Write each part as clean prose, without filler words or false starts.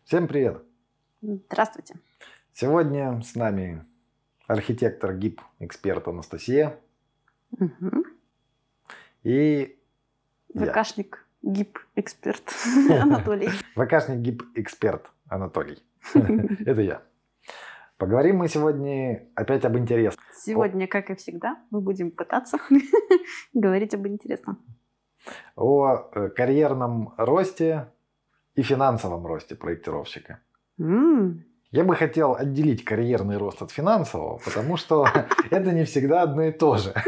Всем привет! Здравствуйте. Сегодня с нами архитектор ГИП-эксперт Анастасия Угу. и я. ВКшник, ГИП-эксперт Анатолий. ВКшник ГИП-эксперт Анатолий. Это я. Поговорим мы сегодня опять об интересном. Сегодня, как и всегда, мы будем пытаться говорить об интересном. О карьерном росте и финансовом росте проектировщика. Я бы хотел отделить карьерный рост от финансового, потому что это не всегда одно и то же.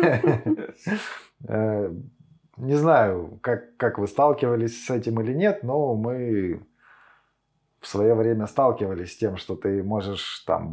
Не знаю, как вы сталкивались с этим или нет, но мы в свое время сталкивались с тем, что ты можешь там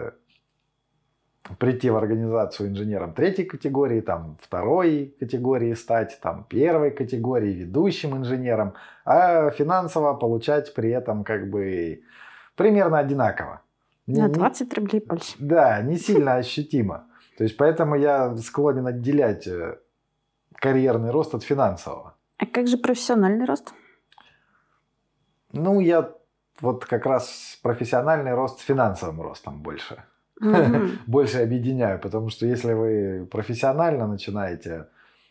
прийти в организацию инженером третьей категории, там второй категории стать, там первой категории ведущим инженером, а финансово получать при этом примерно одинаково. На 20 рублей больше. Да, не сильно ощутимо. То есть поэтому я склонен отделять карьерный рост от финансового. А как же профессиональный рост? Ну, я вот как раз профессиональный рост с финансовым ростом больше. Больше объединяю, потому что если вы профессионально начинаете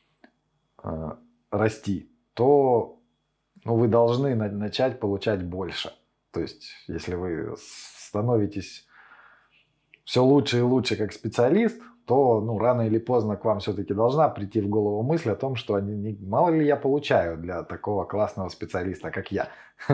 расти, то вы должны начать получать больше. То есть, если вы становитесь все лучше и лучше как специалист, то рано или поздно к вам все-таки должна прийти в голову мысль о том, что мало ли я получаю для такого классного специалиста, как я.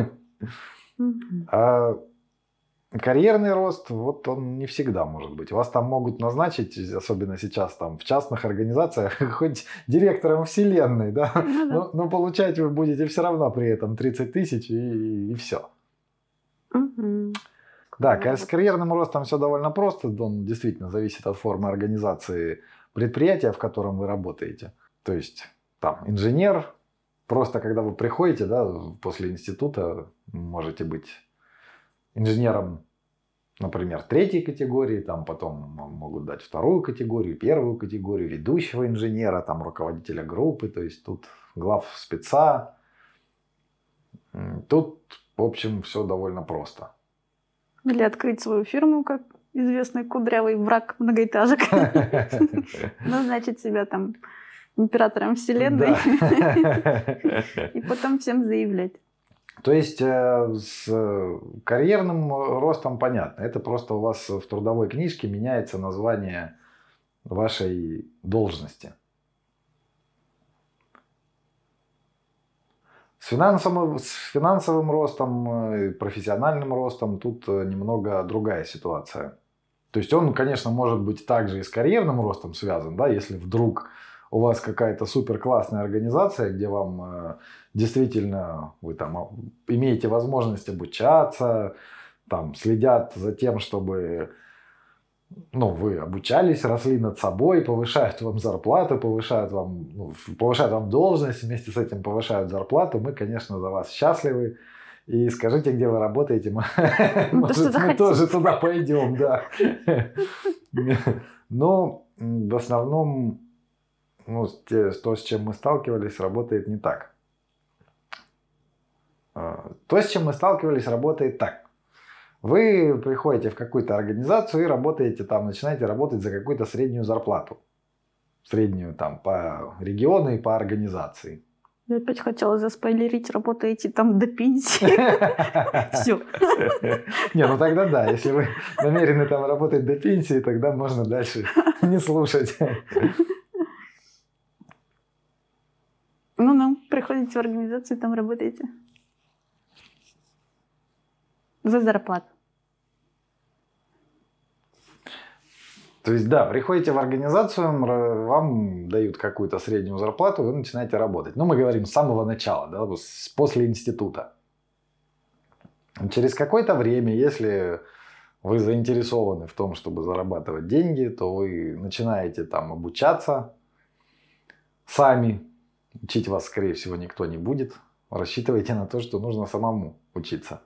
А карьерный рост, вот он не всегда может быть. Вас там могут назначить, особенно сейчас там в частных организациях, хоть директором вселенной, да? Но получать вы будете все равно при этом 30 тысяч и все. Да, с карьерным ростом все довольно просто. Он действительно зависит от формы организации предприятия, в котором вы работаете. То есть там инженер, просто когда вы приходите, да, после института, можете быть инженером, например, третьей категории, там потом могут дать вторую категорию, первую категорию, ведущего инженера, там руководителя группы, то есть тут глав спеца. Тут, в общем, все довольно просто. Или открыть свою фирму, как известный кудрявый враг многоэтажек. Назначить себя там императором вселенной. И потом всем заявлять. То есть с карьерным ростом понятно. Это просто у вас в трудовой книжке меняется название вашей должности. С финансовым ростом, профессиональным ростом тут немного другая ситуация. То есть он, конечно, может быть также и с карьерным ростом связан, да, если вдруг у вас какая-то супер классная организация, где вам действительно вы там имеете возможность обучаться, там следят за тем, чтобы вы обучались, росли над собой, повышают вам зарплату, повышают вам должность, вместе с этим повышают зарплату. Мы, конечно, за вас счастливы. И скажите, где вы работаете, может, мы тоже туда пойдем, да. Но в основном то, с чем мы сталкивались, работает не так. То, с чем мы сталкивались, работает так. Вы приходите в какую-то организацию и работаете там, начинаете работать за какую-то среднюю зарплату. Среднюю там по региону и по организации. Я опять хотела заспойлерить, работаете там до пенсии. Все. Не, тогда да. Если вы намерены там работать до пенсии, тогда можно дальше не слушать. Приходите в организацию, там работаете. За зарплату. То есть, да, приходите в организацию, вам дают какую-то среднюю зарплату, вы начинаете работать. Мы говорим с самого начала, да, после института. Через какое-то время, если вы заинтересованы в том, чтобы зарабатывать деньги, то вы начинаете там обучаться сами. Учить вас, скорее всего, никто не будет. Рассчитывайте на то, что нужно самому учиться.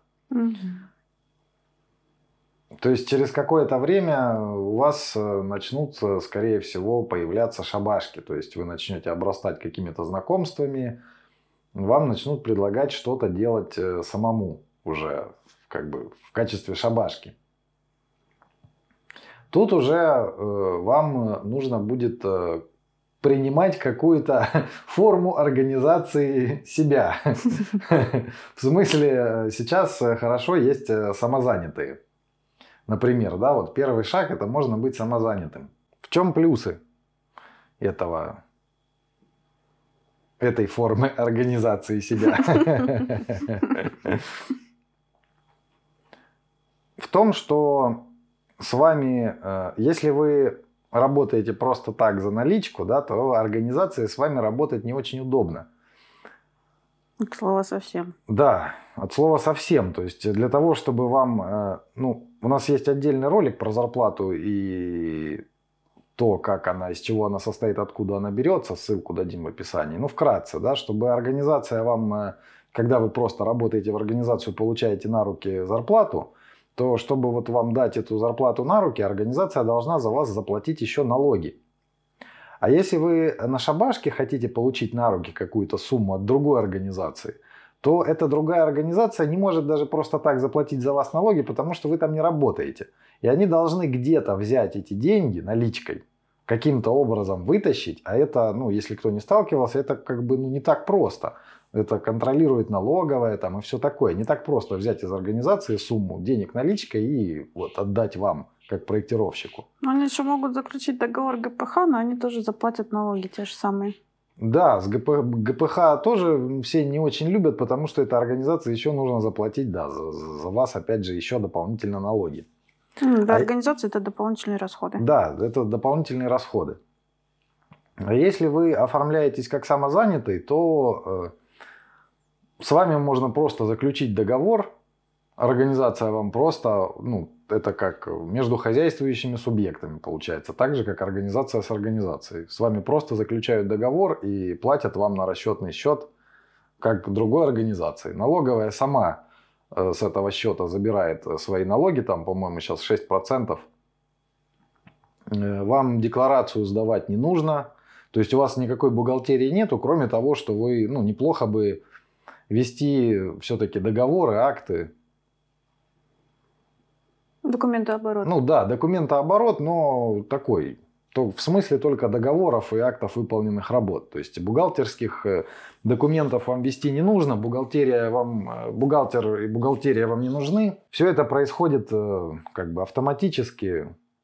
То есть через какое-то время у вас начнут, скорее всего, появляться шабашки. То есть вы начнете обрастать какими-то знакомствами, вам начнут предлагать что-то делать самому уже как бы в качестве шабашки. Тут уже вам нужно будет принимать какую-то форму организации себя. В смысле, сейчас хорошо есть самозанятые. Например, да, вот первый шаг — это можно быть самозанятым. В чем плюсы этой формы организации себя? В том, что с вами, если вы работаете просто так за наличку, да, то организация с вами работать не очень удобно. От слова совсем. Да, от слова совсем. То есть для того, чтобы вам... у нас есть отдельный ролик про зарплату и то, как она, из чего она состоит, откуда она берется. Ссылку дадим в описании. Ну, вкратце, да, чтобы организация вам... Когда вы просто работаете в организацию, получаете на руки зарплату, то чтобы вот вам дать эту зарплату на руки, организация должна за вас заплатить еще налоги. А если вы на шабашке хотите получить на руки какую-то сумму от другой организации, то эта другая организация не может даже просто так заплатить за вас налоги, потому что вы там не работаете. И они должны где-то взять эти деньги наличкой, каким-то образом вытащить. А это, если кто не сталкивался, это как бы не так просто. Это контролирует налоговая там, и все такое. Не так просто взять из организации сумму денег наличкой и вот отдать вам, как проектировщику. Они еще могут заключить договор ГПХ, но они тоже заплатят налоги те же самые. Да, с ГПХ тоже все не очень любят, потому что этой организации еще нужно заплатить, да, за вас, опять же, еще дополнительно налоги. Для организации это дополнительные расходы. Да, это дополнительные расходы. А если вы оформляетесь как самозанятый, то с вами можно просто заключить договор. Организация вам просто, это как между хозяйствующими субъектами получается. Так же, как организация с организацией. С вами просто заключают договор и платят вам на расчетный счет, как другой организации. Налоговая сама с этого счета забирает свои налоги, там, по-моему, сейчас 6%. Вам декларацию сдавать не нужно. То есть у вас никакой бухгалтерии нету, кроме того, что вы, неплохо бы вести все-таки договоры, акты. Документооборот. Да, документооборот, но такой. В смысле только договоров и актов выполненных работ. То есть бухгалтерских документов вам вести не нужно, бухгалтер и бухгалтерия вам не нужны. Все это происходит как бы автоматически.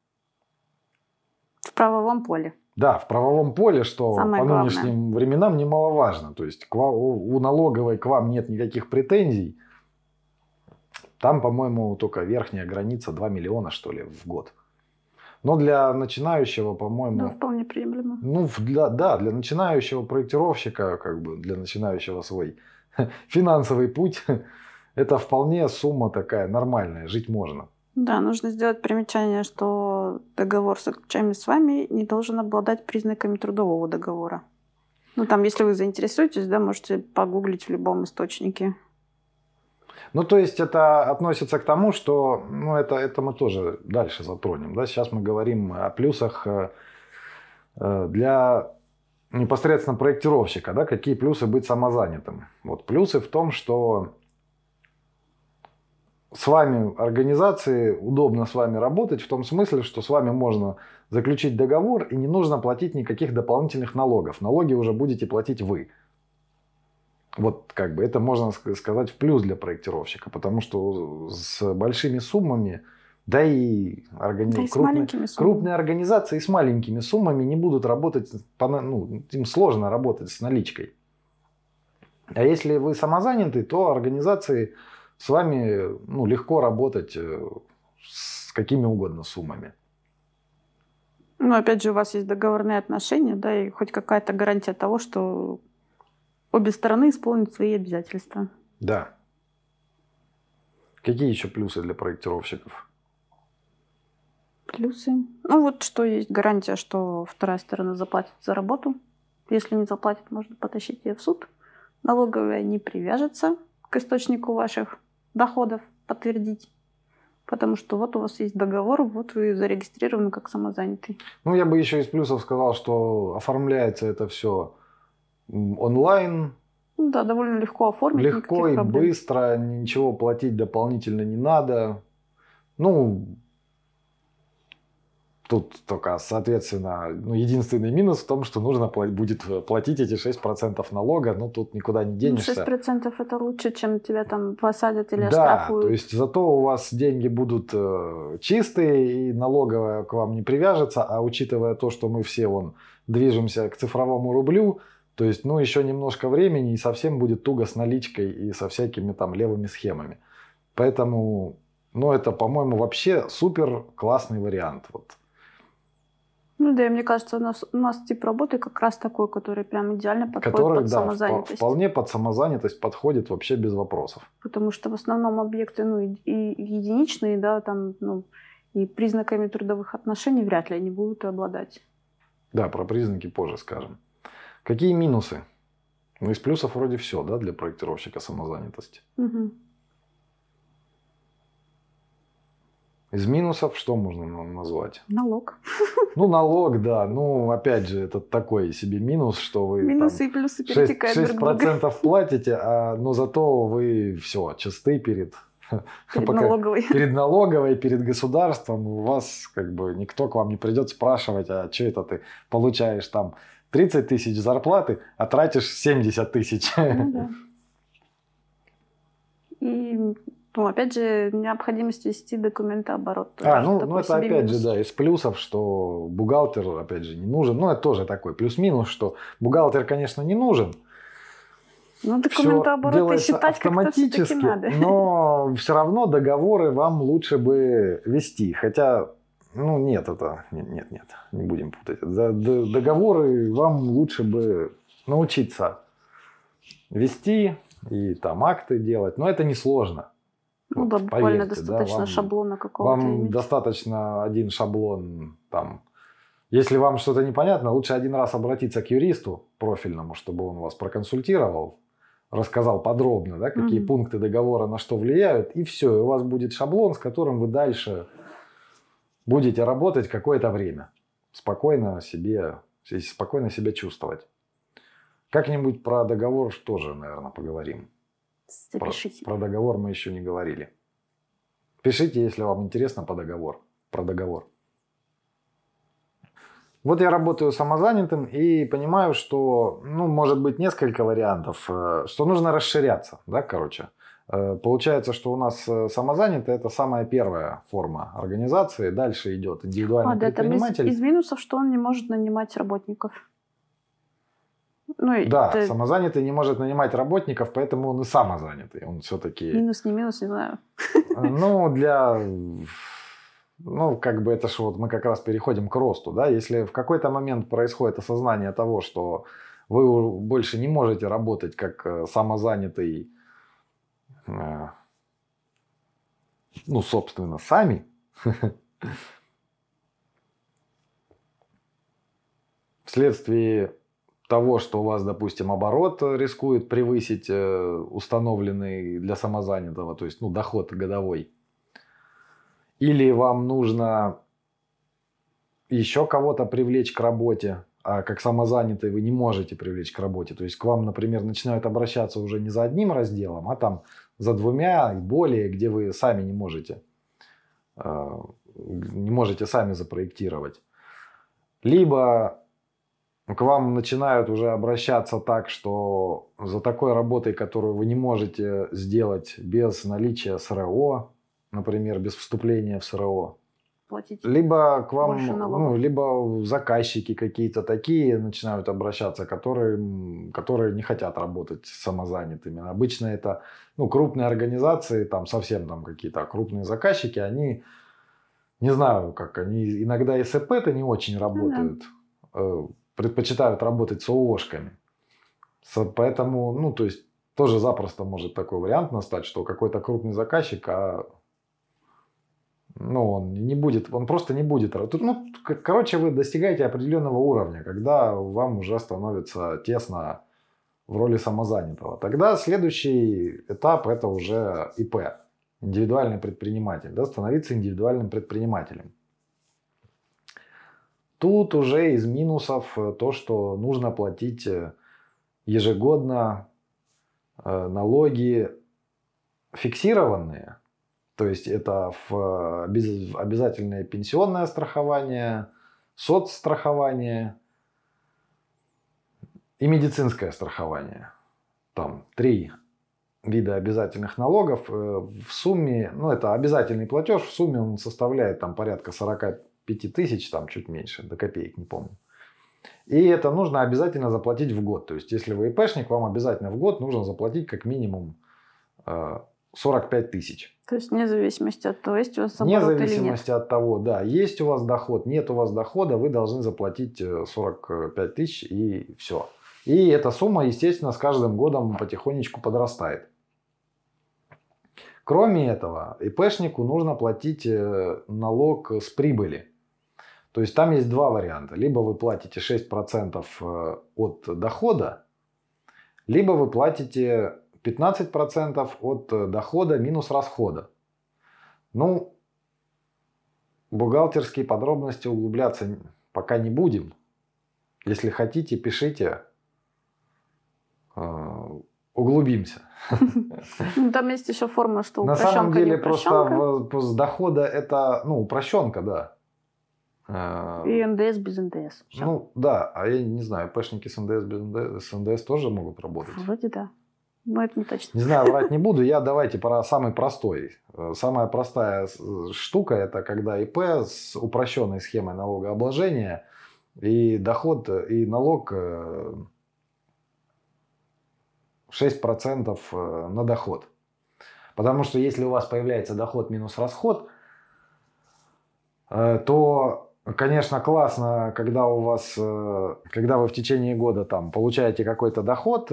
В правовом поле. Да, в правовом поле, что самое по главное. нынешним временам немаловажно. То есть у налоговой к вам нет никаких претензий. Там, по-моему, только верхняя граница 2 миллиона, что ли, в год. Но для начинающего, по-моему... Да, вполне приемлемо. Для начинающего проектировщика, как бы для начинающего свой финансовый путь, это вполне сумма такая нормальная, жить можно. Да, нужно сделать примечание, что договор, заключаемый с вами, не должен обладать признаками трудового договора. Там, если вы заинтересуетесь, да, можете погуглить в любом источнике. То есть это относится к тому, что это мы тоже дальше затронем. Да? Сейчас мы говорим о плюсах для непосредственно проектировщика. Да? Какие плюсы быть самозанятым? Плюсы в том, что с вами организации удобно с вами работать в том смысле, что с вами можно заключить договор и не нужно платить никаких дополнительных налогов. Налоги уже будете платить вы. Это можно сказать в плюс для проектировщика, потому что с большими суммами, крупные организации с маленькими суммами не будут работать, им сложно работать с наличкой. А если вы самозанятый, то организации с вами легко работать с какими угодно суммами. Опять же, у вас есть договорные отношения, да, и хоть какая-то гарантия того, что обе стороны исполнят свои обязательства. Да. Какие еще плюсы для проектировщиков? Плюсы? Что есть гарантия, что вторая сторона заплатит за работу. Если не заплатит, можно потащить ее в суд. Налоговая не привяжется к источнику ваших доходов, подтвердить. Потому что у вас есть договор, вы зарегистрированы как самозанятый. Я бы еще из плюсов сказал, что оформляется это все онлайн, Ну да, довольно легко оформить. Легко и проблем. быстро, ничего платить дополнительно не надо. Ну, тут только, соответственно, единственный минус в том, что нужно будет платить эти 6% налога, но тут никуда не денешься. 6% это лучше, чем тебя там посадят или Да, оштрафуют. то есть зато у вас деньги будут чистые, и налоговая к вам не привяжется, а учитывая то, что мы все движемся к цифровому рублю, то есть, еще немножко времени, и совсем будет туго с наличкой и со всякими там левыми схемами. Поэтому, это, по-моему, вообще супер классный вариант. Ну да, и мне кажется, у нас тип работы как раз такой, который прям идеально подходит под самозанятость. Вполне под самозанятость подходит вообще без вопросов. Потому что в основном объекты, и единичные, да, там, и признаками трудовых отношений вряд ли они будут обладать. Да, про признаки позже скажем. Какие минусы? Из плюсов вроде все, да, для проектировщика самозанятости. Угу. Из минусов что можно назвать? Налог. Налог, да. Опять же, это такой себе минус, что вы минусы и плюсы перетекают друг в друга. 6% платите, но зато вы все, чисты перед налоговой. Перед налоговой, перед государством. У вас никто к вам не придет спрашивать, а что это ты получаешь там 30 тысяч зарплаты, а тратишь 70 тысяч. Да. И опять же, необходимость вести документооборот. Это опять же, да, из плюсов, что бухгалтер, опять же, не нужен. Это тоже такой плюс-минус, что бухгалтер, конечно, не нужен. Документооборот считать как-то все-таки надо. Но все равно договоры вам лучше бы вести. Хотя, нет, не будем путать. Договоры вам лучше бы научиться вести и там акты делать. Но это несложно. Буквально поверьте, достаточно шаблона какого-то Вам иметь. достаточно один шаблон там. Если вам что-то непонятно, лучше один раз обратиться к юристу профильному, чтобы он вас проконсультировал, рассказал подробно, да, какие пункты договора на что влияют, и все, и у вас будет шаблон, с которым вы дальше будете работать какое-то время, спокойно себя чувствовать. Как-нибудь про договор тоже, наверное, поговорим. Про договор мы еще не говорили. Пишите, если вам интересно про договор. Я работаю самозанятым и понимаю, что, может быть несколько вариантов, что нужно расширяться, да, короче. Получается, что у нас самозанятый – это самая первая форма организации, дальше идет индивидуальный предприниматель. Из минусов, что он не может нанимать работников. Самозанятый не может нанимать работников, поэтому он и самозанятый. Он все-таки... Минус, не минус, не знаю. Это же мы как раз переходим к росту, да. Если в какой-то момент происходит осознание того, что вы больше не можете работать как самозанятый, собственно, сами, вследствие того, что у вас, допустим, оборот рискует превысить установленный для самозанятого, то есть доход годовой, или вам нужно еще кого-то привлечь к работе, а как самозанятый вы не можете привлечь к работе, то есть к вам, например, начинают обращаться уже не за одним разделом, а там за двумя и более, где вы сами не можете сами запроектировать. Либо к вам начинают уже обращаться так, что за такой работой, которую вы не можете сделать без наличия СРО, например, без вступления в СРО, платить либо к вам, либо заказчики какие-то такие начинают обращаться, которые не хотят работать с самозанятыми. Обычно это крупные организации, там совсем там какие-то крупные заказчики, они, не знаю, как они, иногда СП-то не очень работают. Предпочитают работать с ООшками. Поэтому, то есть, тоже запросто может такой вариант настать, что какой-то крупный заказчик, он просто не будет работать. Вы достигаете определенного уровня, когда вам уже становится тесно в роли самозанятого. Тогда следующий этап – это уже ИП, индивидуальный предприниматель, да, становиться индивидуальным предпринимателем. Тут уже из минусов то, что нужно платить ежегодно налоги фиксированные, то есть это обязательное пенсионное страхование, соцстрахование и медицинское страхование. Там 3 вида обязательных налогов. В сумме, это обязательный платеж, в сумме он составляет там порядка 45 тысяч, там чуть меньше, до копеек, не помню. И это нужно обязательно заплатить в год. То есть, если вы ИПшник, вам обязательно в год нужно заплатить как минимум 45 тысяч. То есть, вне зависимости от того, есть у вас оборот или нет. Вне зависимости от того, да, есть у вас доход, нет у вас дохода, вы должны заплатить 45 тысяч и все. И эта сумма, естественно, с каждым годом потихонечку подрастает. Кроме этого, ИПшнику нужно платить налог с прибыли. То есть там есть 2 варианта. Либо вы платите 6% от дохода, либо вы платите 15% от дохода минус расхода. Бухгалтерские подробности углубляться пока не будем. Если хотите, пишите. Углубимся. Там есть еще форма, что упрощенка. На самом деле просто с дохода это упрощенка, да. И НДС без НДС. Все. Да, а я не знаю, ИПшники с НДС без НДС тоже могут работать? Вроде да. Но это не точно. Не знаю, врать не буду. Давайте про самый простой. Самая простая штука – это когда ИП с упрощенной схемой налогообложения и доход, и налог 6% на доход. Потому что если у вас появляется доход минус расход, то, конечно, классно, когда вы в течение года там получаете какой-то доход,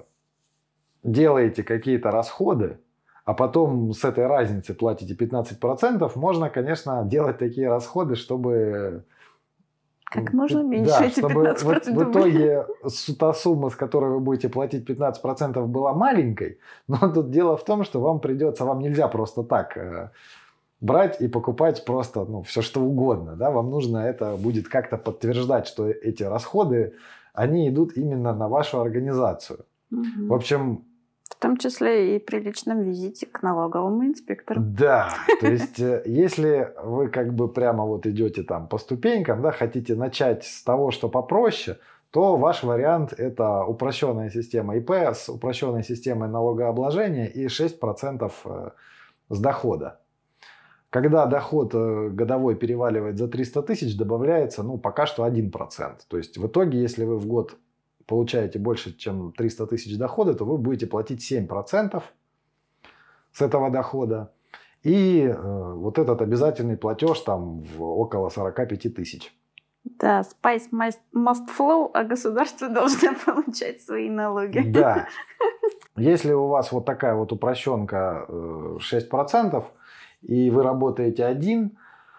делаете какие-то расходы, а потом с этой разницы платите 15%, можно, конечно, делать такие расходы, чтобы... Как можно меньше эти 15%. Чтобы в итоге та сумма, с которой вы будете платить 15%, была маленькой. Но тут дело в том, что вам нельзя просто так брать и покупать просто все что угодно. Да? Вам нужно это будет как-то подтверждать, что эти расходы, они идут именно на вашу организацию. Угу. В общем... В том числе и при личном визите к налоговому инспектору. Да, то есть если вы прямо идете там по ступенькам, да, хотите начать с того, что попроще, то ваш вариант – это упрощенная система ИП с упрощенной системой налогообложения и 6% с дохода. Когда доход годовой переваливает за 300 тысяч, добавляется пока что 1%. То есть в итоге, если вы в год получаете больше, чем 300 тысяч дохода, то вы будете платить 7% с этого дохода. И этот обязательный платеж там около 45 тысяч. Да, spice must flow, а государство должно получать свои налоги. Да. Если у вас такая упрощенка 6%, и вы работаете один,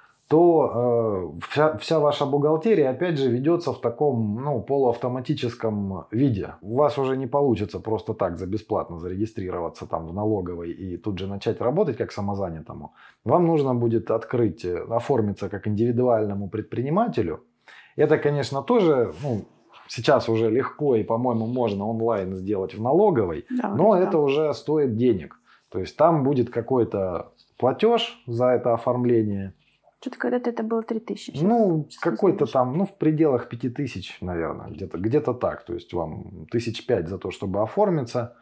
то вся ваша бухгалтерия, опять же, ведется в таком полуавтоматическом виде. У вас уже не получится просто так за бесплатно зарегистрироваться там в налоговой и тут же начать работать как самозанятому. Вам нужно будет оформиться как индивидуальному предпринимателю. Это, конечно, тоже сейчас уже легко и, по-моему, можно онлайн сделать в налоговой, но это уже стоит денег. То есть там будет какой-то платеж за это оформление. Что-то когда-то это было 3000. Какой-то там, в пределах 5000, наверное, где-то так. То есть вам 5 за то, чтобы оформиться.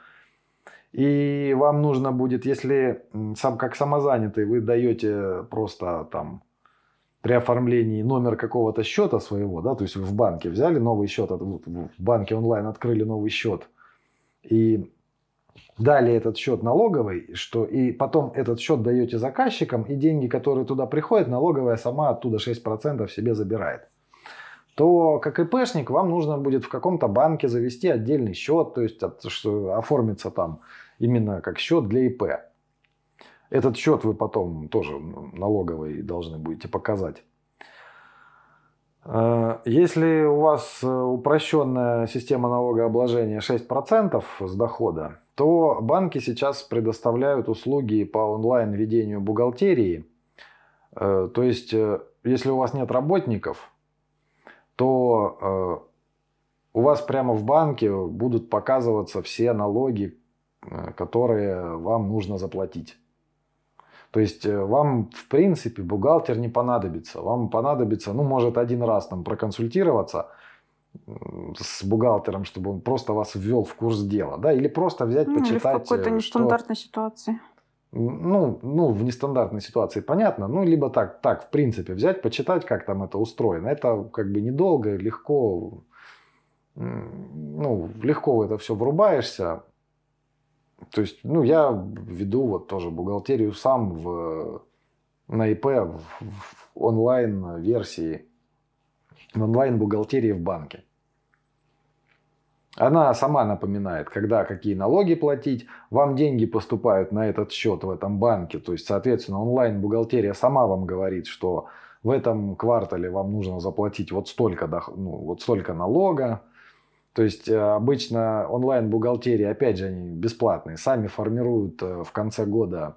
И вам нужно будет, если как самозанятый вы даете просто там при оформлении номер какого-то счета своего, да, то есть вы в банке взяли новый счет, в банке онлайн открыли новый счет и дали этот счет налоговой, и потом этот счет даете заказчикам, и деньги, которые туда приходят, налоговая сама оттуда 6% себе забирает. То как ИПшник вам нужно будет в каком-то банке завести отдельный счет, то есть оформиться там именно как счет для ИП. Этот счет вы потом тоже налоговой должны будете показать. Если у вас упрощенная система налогообложения 6% с дохода, то банки сейчас предоставляют услуги по онлайн-ведению бухгалтерии. То есть, если у вас нет работников, то у вас прямо в банке будут показываться все налоги которые вам нужно заплатить. То есть вам, в принципе, бухгалтер не понадобится. Вам понадобится, ну, может, один раз там проконсультироваться с бухгалтером, чтобы он просто вас ввел в курс дела, да, или просто взять, почитать. Или в какой-то нестандартной ситуации. Ну, в нестандартной ситуации понятно, ну, либо так, в принципе, взять, почитать, как там это устроено. Это как бы недолго, легко, ну, легко в это все врубаешься. То есть, ну, я веду вот тоже бухгалтерию сам на ИП в онлайн-версии, в онлайн-бухгалтерии в банке. Она сама напоминает, когда какие налоги платить, вам деньги поступают на этот счет в этом банке. То есть, соответственно, онлайн-бухгалтерия сама вам говорит, что в этом квартале вам нужно заплатить вот столько, вот столько налога. То есть, обычно онлайн-бухгалтерии, опять же, они бесплатные, сами формируют в конце года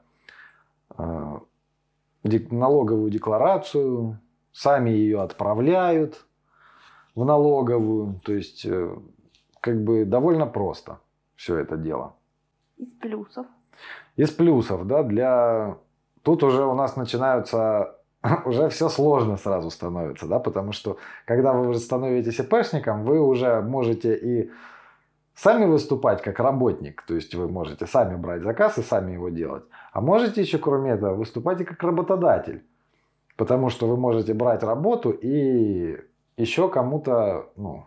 налоговую декларацию, сами ее отправляют в налоговую. То есть, как бы довольно просто все это дело. Из плюсов? Из плюсов, да, Тут уже у нас начинаются... Уже все сложно сразу становится, да, потому что когда вы уже становитесь ИПшником, вы уже можете и сами выступать как работник, то есть вы можете сами брать заказ и сами его делать, а можете еще, кроме этого, выступать и как работодатель, потому что вы можете брать работу и еще кому-то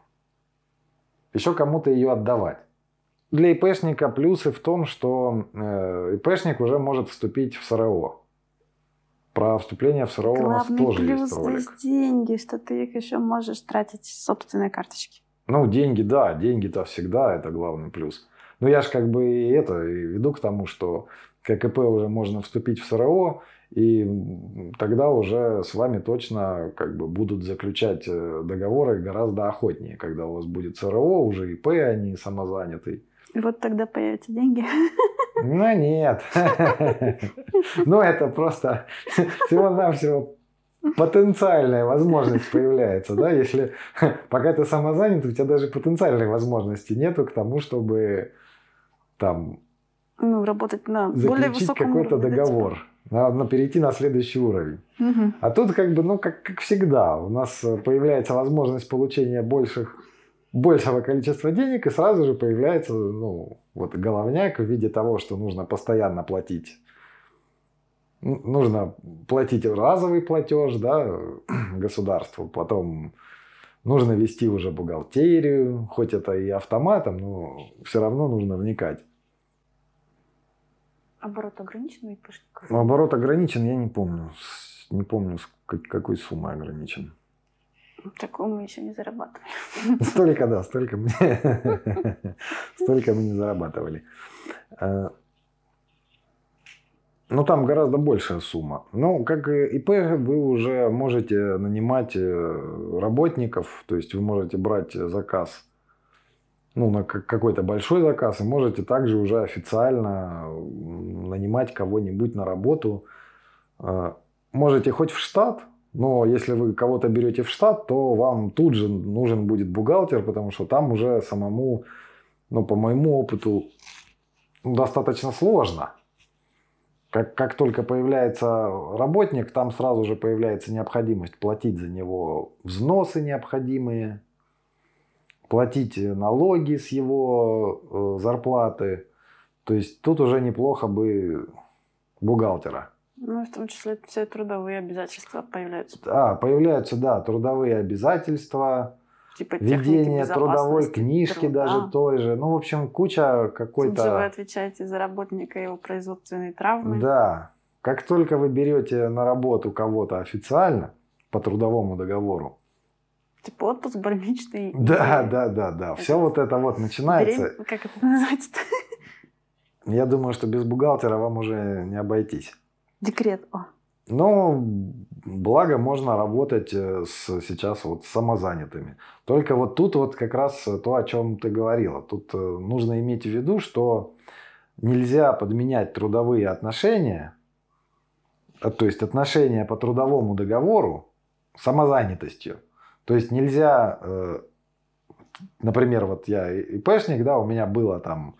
ее отдавать. Для ИПшника плюсы в том, что ИПшник уже может вступить в СРО. Про вступление в СРО у нас тоже есть ролик. Главный плюс деньги, что ты их еще можешь тратить с собственной карточки. Ну, деньги, да, деньги-то всегда это главный плюс. Но я же как бы и веду к тому, что как ИП уже можно вступить в СРО, и тогда уже с вами точно как бы будут заключать договоры гораздо охотнее, когда у вас будет СРО, уже ИП, а не самозанятый. И вот тогда появятся деньги. Ну, нет. Ну, это просто всего-навсего потенциальная возможность появляется, да, если пока ты самозанят, у тебя даже потенциальной возможности нету к тому, чтобы там работать на более высоком заключить какой-то договор, надо перейти на следующий уровень. Угу. А тут как бы, как всегда, у нас появляется возможность получения большего количества денег, и сразу же появляется головняк в виде того, что нужно постоянно платить. Нужно платить разовый платеж, да, государству, потом нужно вести уже бухгалтерию, хоть это и автоматом, но все равно нужно вникать. Оборот ограничен у ИПшников? Оборот ограничен, я не помню. Не помню, с какой суммой ограничен. Такого мы еще не зарабатывали. Столько мы не зарабатывали. Ну, там гораздо большая сумма. Ну, как ИП, вы уже можете нанимать работников, то есть вы можете брать заказ, на какой-то большой заказ, и можете также уже официально нанимать кого-нибудь на работу. Можете хоть в штат, но если вы кого-то берете в штат, то вам тут же нужен будет бухгалтер, потому что там уже самому, по моему опыту, достаточно сложно. Как только появляется работник, там сразу же появляется необходимость платить за него взносы необходимые, платить налоги с его зарплаты. То есть тут уже неплохо бы бухгалтера. В том числе все трудовые обязательства появляются. Появляются, трудовые обязательства. Типа ведение трудовой книжки даже той же. В общем, куча какой-то... Тут же вы отвечаете за работника и его производственные травмы. Да. Как только вы берете на работу кого-то официально по трудовому договору. Типа отпуск больничный. Да. Все вот это вот начинается. Как это называется-то? Я думаю, что без бухгалтера вам уже не обойтись. Декрет. Благо можно работать сейчас с самозанятыми. Только вот тут вот как раз то, о чем ты говорила. Тут нужно иметь в виду, что нельзя подменять трудовые отношения, то есть отношения по трудовому договору, самозанятостью. То есть нельзя, например, вот я ИПшник, у меня было там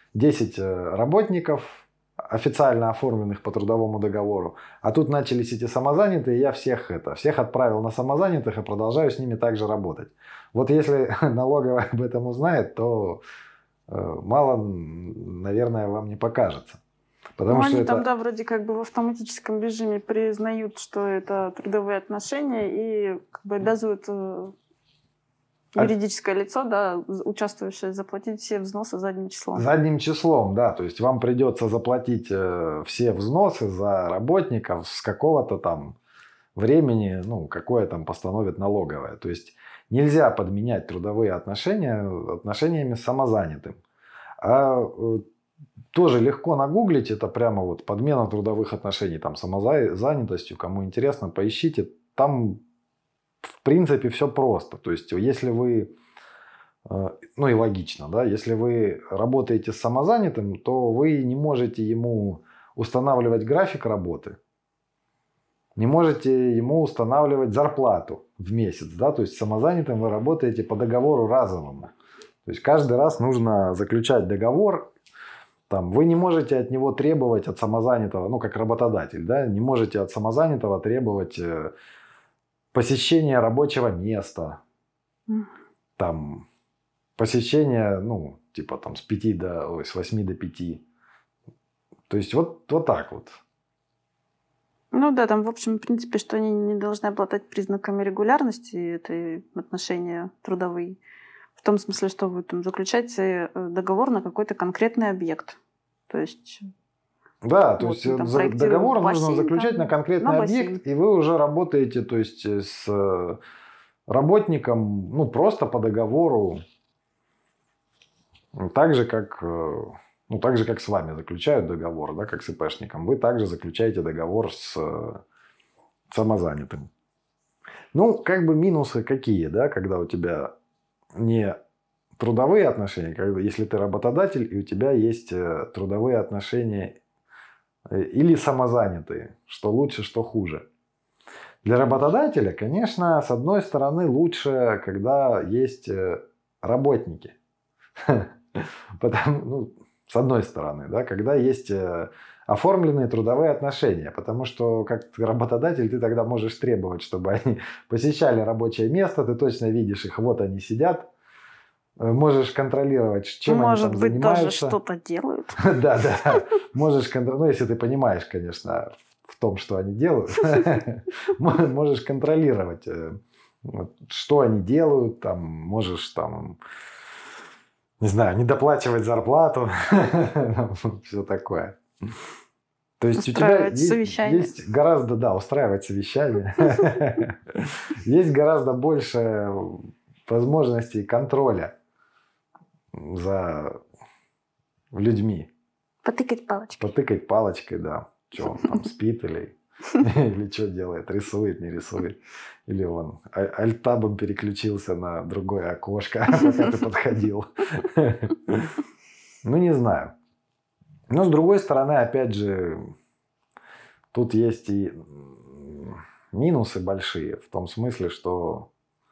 10 работников, официально оформленных по трудовому договору, а тут начались эти самозанятые, я всех отправил на самозанятых и продолжаю с ними также работать. Вот если налоговая об этом узнает, то мало, наверное, вам не покажется. Потому что они это... там, да, вроде как бы в автоматическом режиме признают, что это трудовые отношения и как бы обязывают юридическое лицо, да, участвующее, заплатить все взносы задним числом. Задним числом, да. То есть вам придется заплатить все взносы за работников с какого-то там времени, ну, какое там постановит налоговая. То есть нельзя подменять трудовые отношения отношениями с самозанятым. А тоже легко нагуглить, это прямо вот подмена трудовых отношений там самозанятостью. Кому интересно, поищите. Там в принципе все просто. То есть если вы, ну и логично, да, если вы работаете с самозанятым, то вы не можете ему устанавливать график работы, не можете ему устанавливать зарплату в месяц, да, то есть с самозанятым вы работаете по договору разовому. То есть каждый раз нужно заключать договор. Там, вы не можете от него требовать, от самозанятого, ну как работодатель, да, не можете от самозанятого требовать посещение рабочего места, там, посещение, ну, типа там с 8 до 5. То есть вот так вот. Ну да, там, в общем, в принципе, что они не должны обладать признаками регулярности, это отношения трудовые. В том смысле, что вы там заключаете договор на какой-то конкретный объект. То есть... Да, то есть договор нужно заключать на конкретный объект, и вы уже работаете, то есть с работником, ну, просто по договору, так же, как с вами заключают договор, да, как с ИПшником, вы также заключаете договор с самозанятым. Ну, как бы минусы какие, да, когда у тебя не трудовые отношения, если ты работодатель, и у тебя есть трудовые отношения или самозанятые, что лучше, что хуже. Для работодателя, конечно, с одной стороны лучше, когда есть работники. С одной стороны, да, когда есть оформленные трудовые отношения, потому что как работодатель ты тогда можешь требовать, чтобы они посещали рабочее место, ты точно видишь их, вот они сидят, можешь контролировать, чем они там занимаются. Может быть, тоже что-то делают. Да. Можешь контролировать, ну, если ты понимаешь, конечно, в том, что они делают, можешь контролировать, что они делают, там, можешь там, не знаю, не доплачивать зарплату, все такое. То есть у тебя есть гораздо, да, устраивать совещание. Есть гораздо больше возможностей контроля за людьми. Потыкать палочкой. Потыкать палочкой, да. Что он там спит или что делает, рисует, не рисует. Или он альтабом переключился на другое окошко, пока ты подходил. Ну, не знаю. Но, с другой стороны, опять же, тут есть и минусы большие. В том смысле, что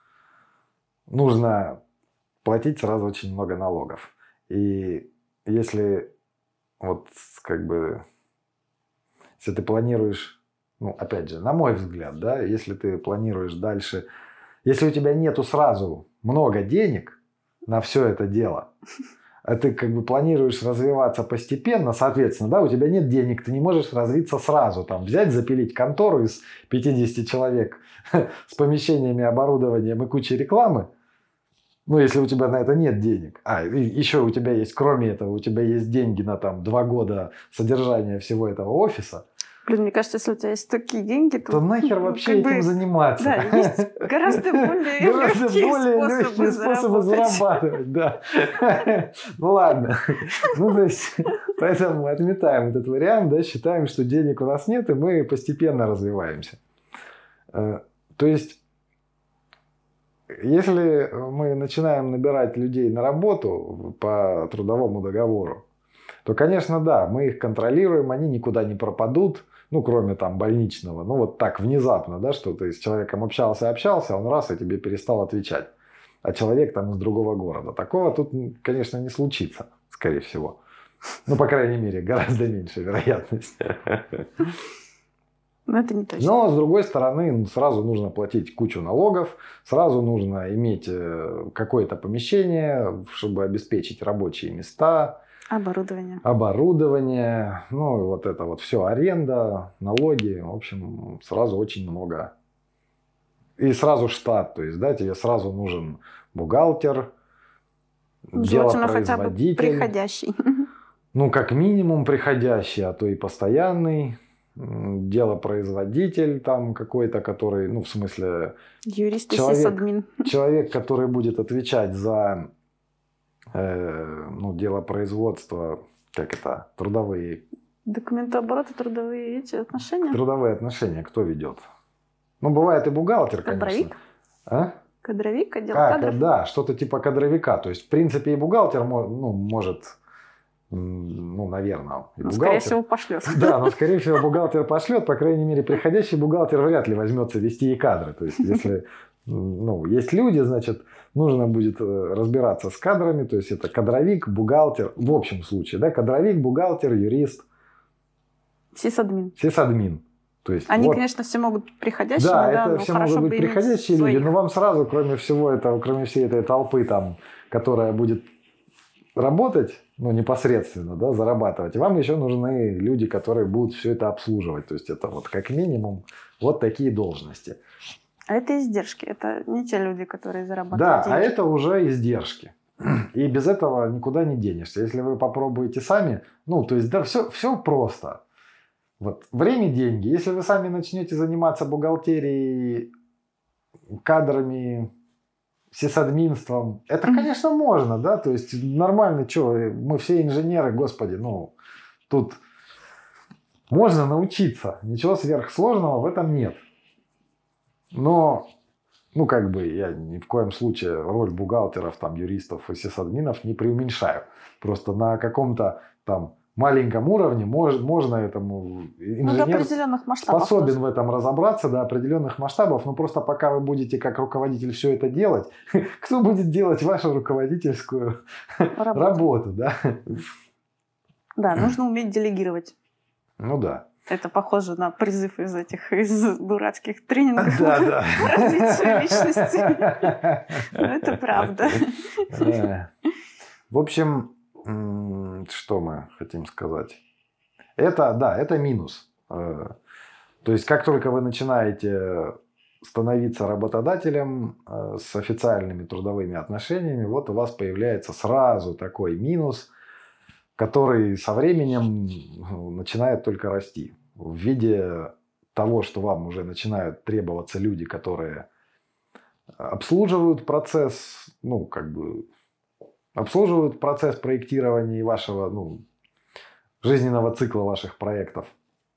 нужно платить сразу очень много налогов. И если вот как бы... Если ты планируешь, ну, опять же, на мой взгляд, да, если ты планируешь дальше, если у тебя нету сразу много денег на все это дело, а ты как бы планируешь развиваться постепенно, соответственно, да, у тебя нет денег, ты не можешь развиться сразу, там, взять, запилить контору из 50 человек с помещениями, оборудованием и кучей рекламы, ну, если у тебя на это нет денег. И еще у тебя есть, кроме этого, у тебя есть деньги на там 2 года содержания всего этого офиса. Блин, мне кажется, если у тебя есть такие деньги, то нахер вообще этим заниматься? Да, есть гораздо более легкие способы зарабатывать. Да. Ну ладно. Ну, то есть, поэтому мы отметаем этот вариант, да, считаем, что денег у нас нет, и мы постепенно развиваемся. То есть, если мы начинаем набирать людей на работу по трудовому договору, то, конечно, да, мы их контролируем, они никуда не пропадут, ну, кроме там больничного. Ну, вот так внезапно, да, что ты с человеком общался, он раз и тебе перестал отвечать. А человек там из другого города. Такого тут, конечно, не случится, скорее всего. Ну, по крайней мере, гораздо меньше вероятность. Но это не точно. Но, с другой стороны, сразу нужно платить кучу налогов, сразу нужно иметь какое-то помещение, чтобы обеспечить рабочие места. Оборудование. Ну, и вот это вот все, аренда, налоги. В общем, сразу очень много. И сразу штат. То есть, да, тебе сразу нужен бухгалтер, делопроизводитель. Хотя бы приходящий. Ну, как минимум приходящий, а то и постоянный. Делопроизводитель там какой-то, который, ну, в смысле... Юрист и сисадмин. Человек, который будет отвечать за делопроизводство, как это, трудовые... Документооборот и трудовые эти отношения? Трудовые отношения кто ведет? Ну, бывает и бухгалтер, Кадровик? конечно. А? Кадровик, отдел кадров? Да, что-то типа кадровика. То есть, в принципе, и бухгалтер может... Ну, наверное, и бухгалтер. Скорее всего, пошлет. Да, но, скорее всего, бухгалтер пошлет. По крайней мере, приходящий бухгалтер вряд ли возьмется вести и кадры. То есть, если есть люди, значит, нужно будет разбираться с кадрами. То есть, это кадровик, бухгалтер. В общем случае, да, кадровик, бухгалтер, юрист. Сисадмин. То есть, они, конечно, все могут быть приходящими. Да, это все могут быть приходящие люди. Но вам сразу, кроме всего этого, кроме всей этой толпы, там, которая будет работать, ну, непосредственно, да, зарабатывать, вам еще нужны люди, которые будут все это обслуживать. То есть, это вот как минимум вот такие должности. А это издержки, это не те люди, которые зарабатывают деньги. Да, а это уже издержки. И без этого никуда не денешься. Если вы попробуете сами, ну, то есть, да, все просто. Вот, время – деньги. Если вы сами начнете заниматься бухгалтерией, кадрами, сисадминством, это, конечно, можно, да, то есть нормально, что, мы все инженеры, господи, ну, тут можно научиться, ничего сверхсложного в этом нет. Но, ну, как бы я ни в коем случае роль бухгалтеров, там, юристов и сисадминов не преуменьшаю. Просто на каком-то там маленьком уровне можно этому инженер способен в этом разобраться до определенных масштабов, но просто пока вы будете как руководитель все это делать, кто будет делать вашу руководительскую работу, да? Да, нужно уметь делегировать. Ну да. Это похоже на призыв из дурацких тренингов да. по развитию личности. Но это правда. В общем, что мы хотим сказать? Это минус. То есть, как только вы начинаете становиться работодателем с официальными трудовыми отношениями, вот у вас появляется сразу такой минус, который со временем начинает только расти. В виде того, что вам уже начинают требоваться люди, которые обслуживают процесс, ну, как бы, обслуживают процесс проектирования вашего, жизненного цикла ваших проектов.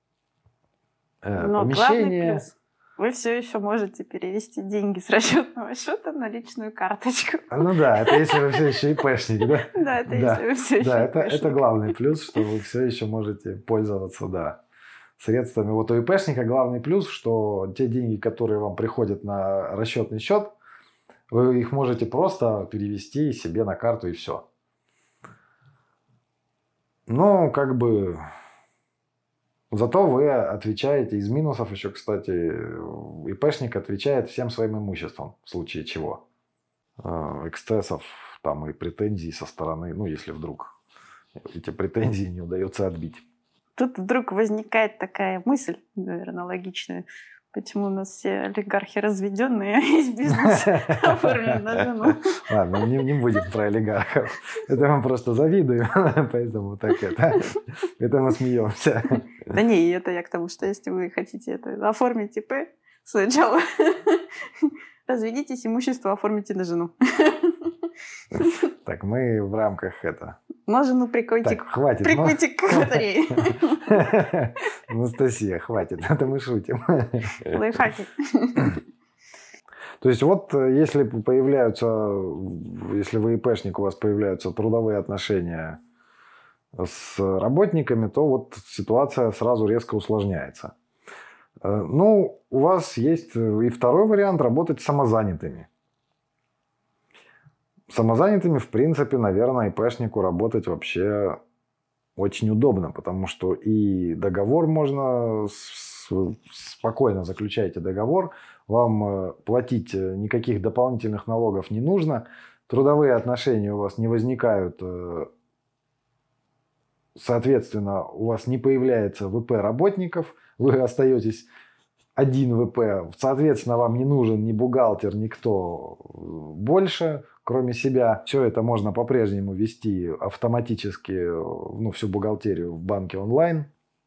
Но главный плюс. Вы все еще можете перевести деньги с расчетного счета на личную карточку. Ну да, это если вы все еще ИПшник, да? Да, это если вы все еще ИПшник. Да, это главный плюс, что вы все еще можете пользоваться, да, средствами. Вот у ИПшника главный плюс, что те деньги, которые вам приходят на расчетный счет, вы их можете просто перевести себе на карту и все. Но как бы зато вы отвечаете из минусов еще, кстати, ИПшник отвечает всем своим имуществом в случае чего. Эксцессов там и претензий со стороны, ну, если вдруг эти претензии не удается отбить. Тут вдруг возникает такая мысль, наверное, логичная. Почему у нас все олигархи разведенные, а весь бизнес оформлен на жену? Ладно, не будем про олигархов. Это мы просто завидуем, поэтому так это мы смеемся. Да не, это я к тому, что если вы хотите это оформить ИП, сначала разведитесь, имущество оформите на жену. Так, мы в рамках это... На жену прикойте, так, хватит, прикойте к батарее. Анастасия, хватит, это мы шутим. Лайфхаки. То есть вот если вы ИПшник, у вас появляются трудовые отношения с работниками, то вот ситуация сразу резко усложняется. Ну, у вас есть и второй вариант – работать самозанятыми. Самозанятыми, в принципе, наверное, ИПшнику работать вообще очень удобно, потому что и договор можно спокойно заключаете договор, вам платить никаких дополнительных налогов не нужно, трудовые отношения у вас не возникают, соответственно, у вас не появляется ВП работников, вы остаетесь один ВП, соответственно, вам не нужен ни бухгалтер, никто больше, кроме себя. Все это можно по-прежнему вести автоматически, всю бухгалтерию в банке онлайн.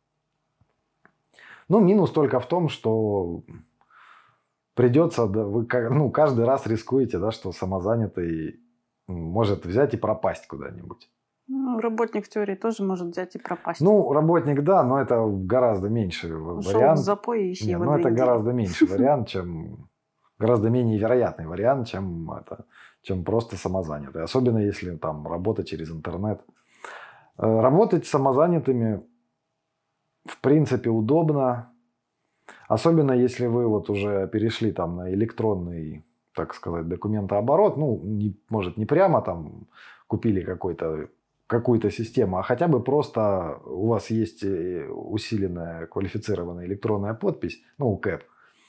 Минус только в том, что придется, вы каждый раз рискуете, да, что самозанятый может взять и пропасть куда-нибудь. Работник в теории тоже может взять и пропасть. Работник, да, но это гораздо меньше вариант. В запой и ищи его 2 это недели. гораздо меньше вариант, гораздо менее вероятный вариант, чем просто самозанятый. Особенно если там работа через интернет. Работать с самозанятыми в принципе удобно. Особенно если вы уже перешли там на электронный, так сказать, документооборот. Может, не прямо там купили какую-то систему, а хотя бы просто у вас есть усиленная квалифицированная электронная подпись, УКЭП.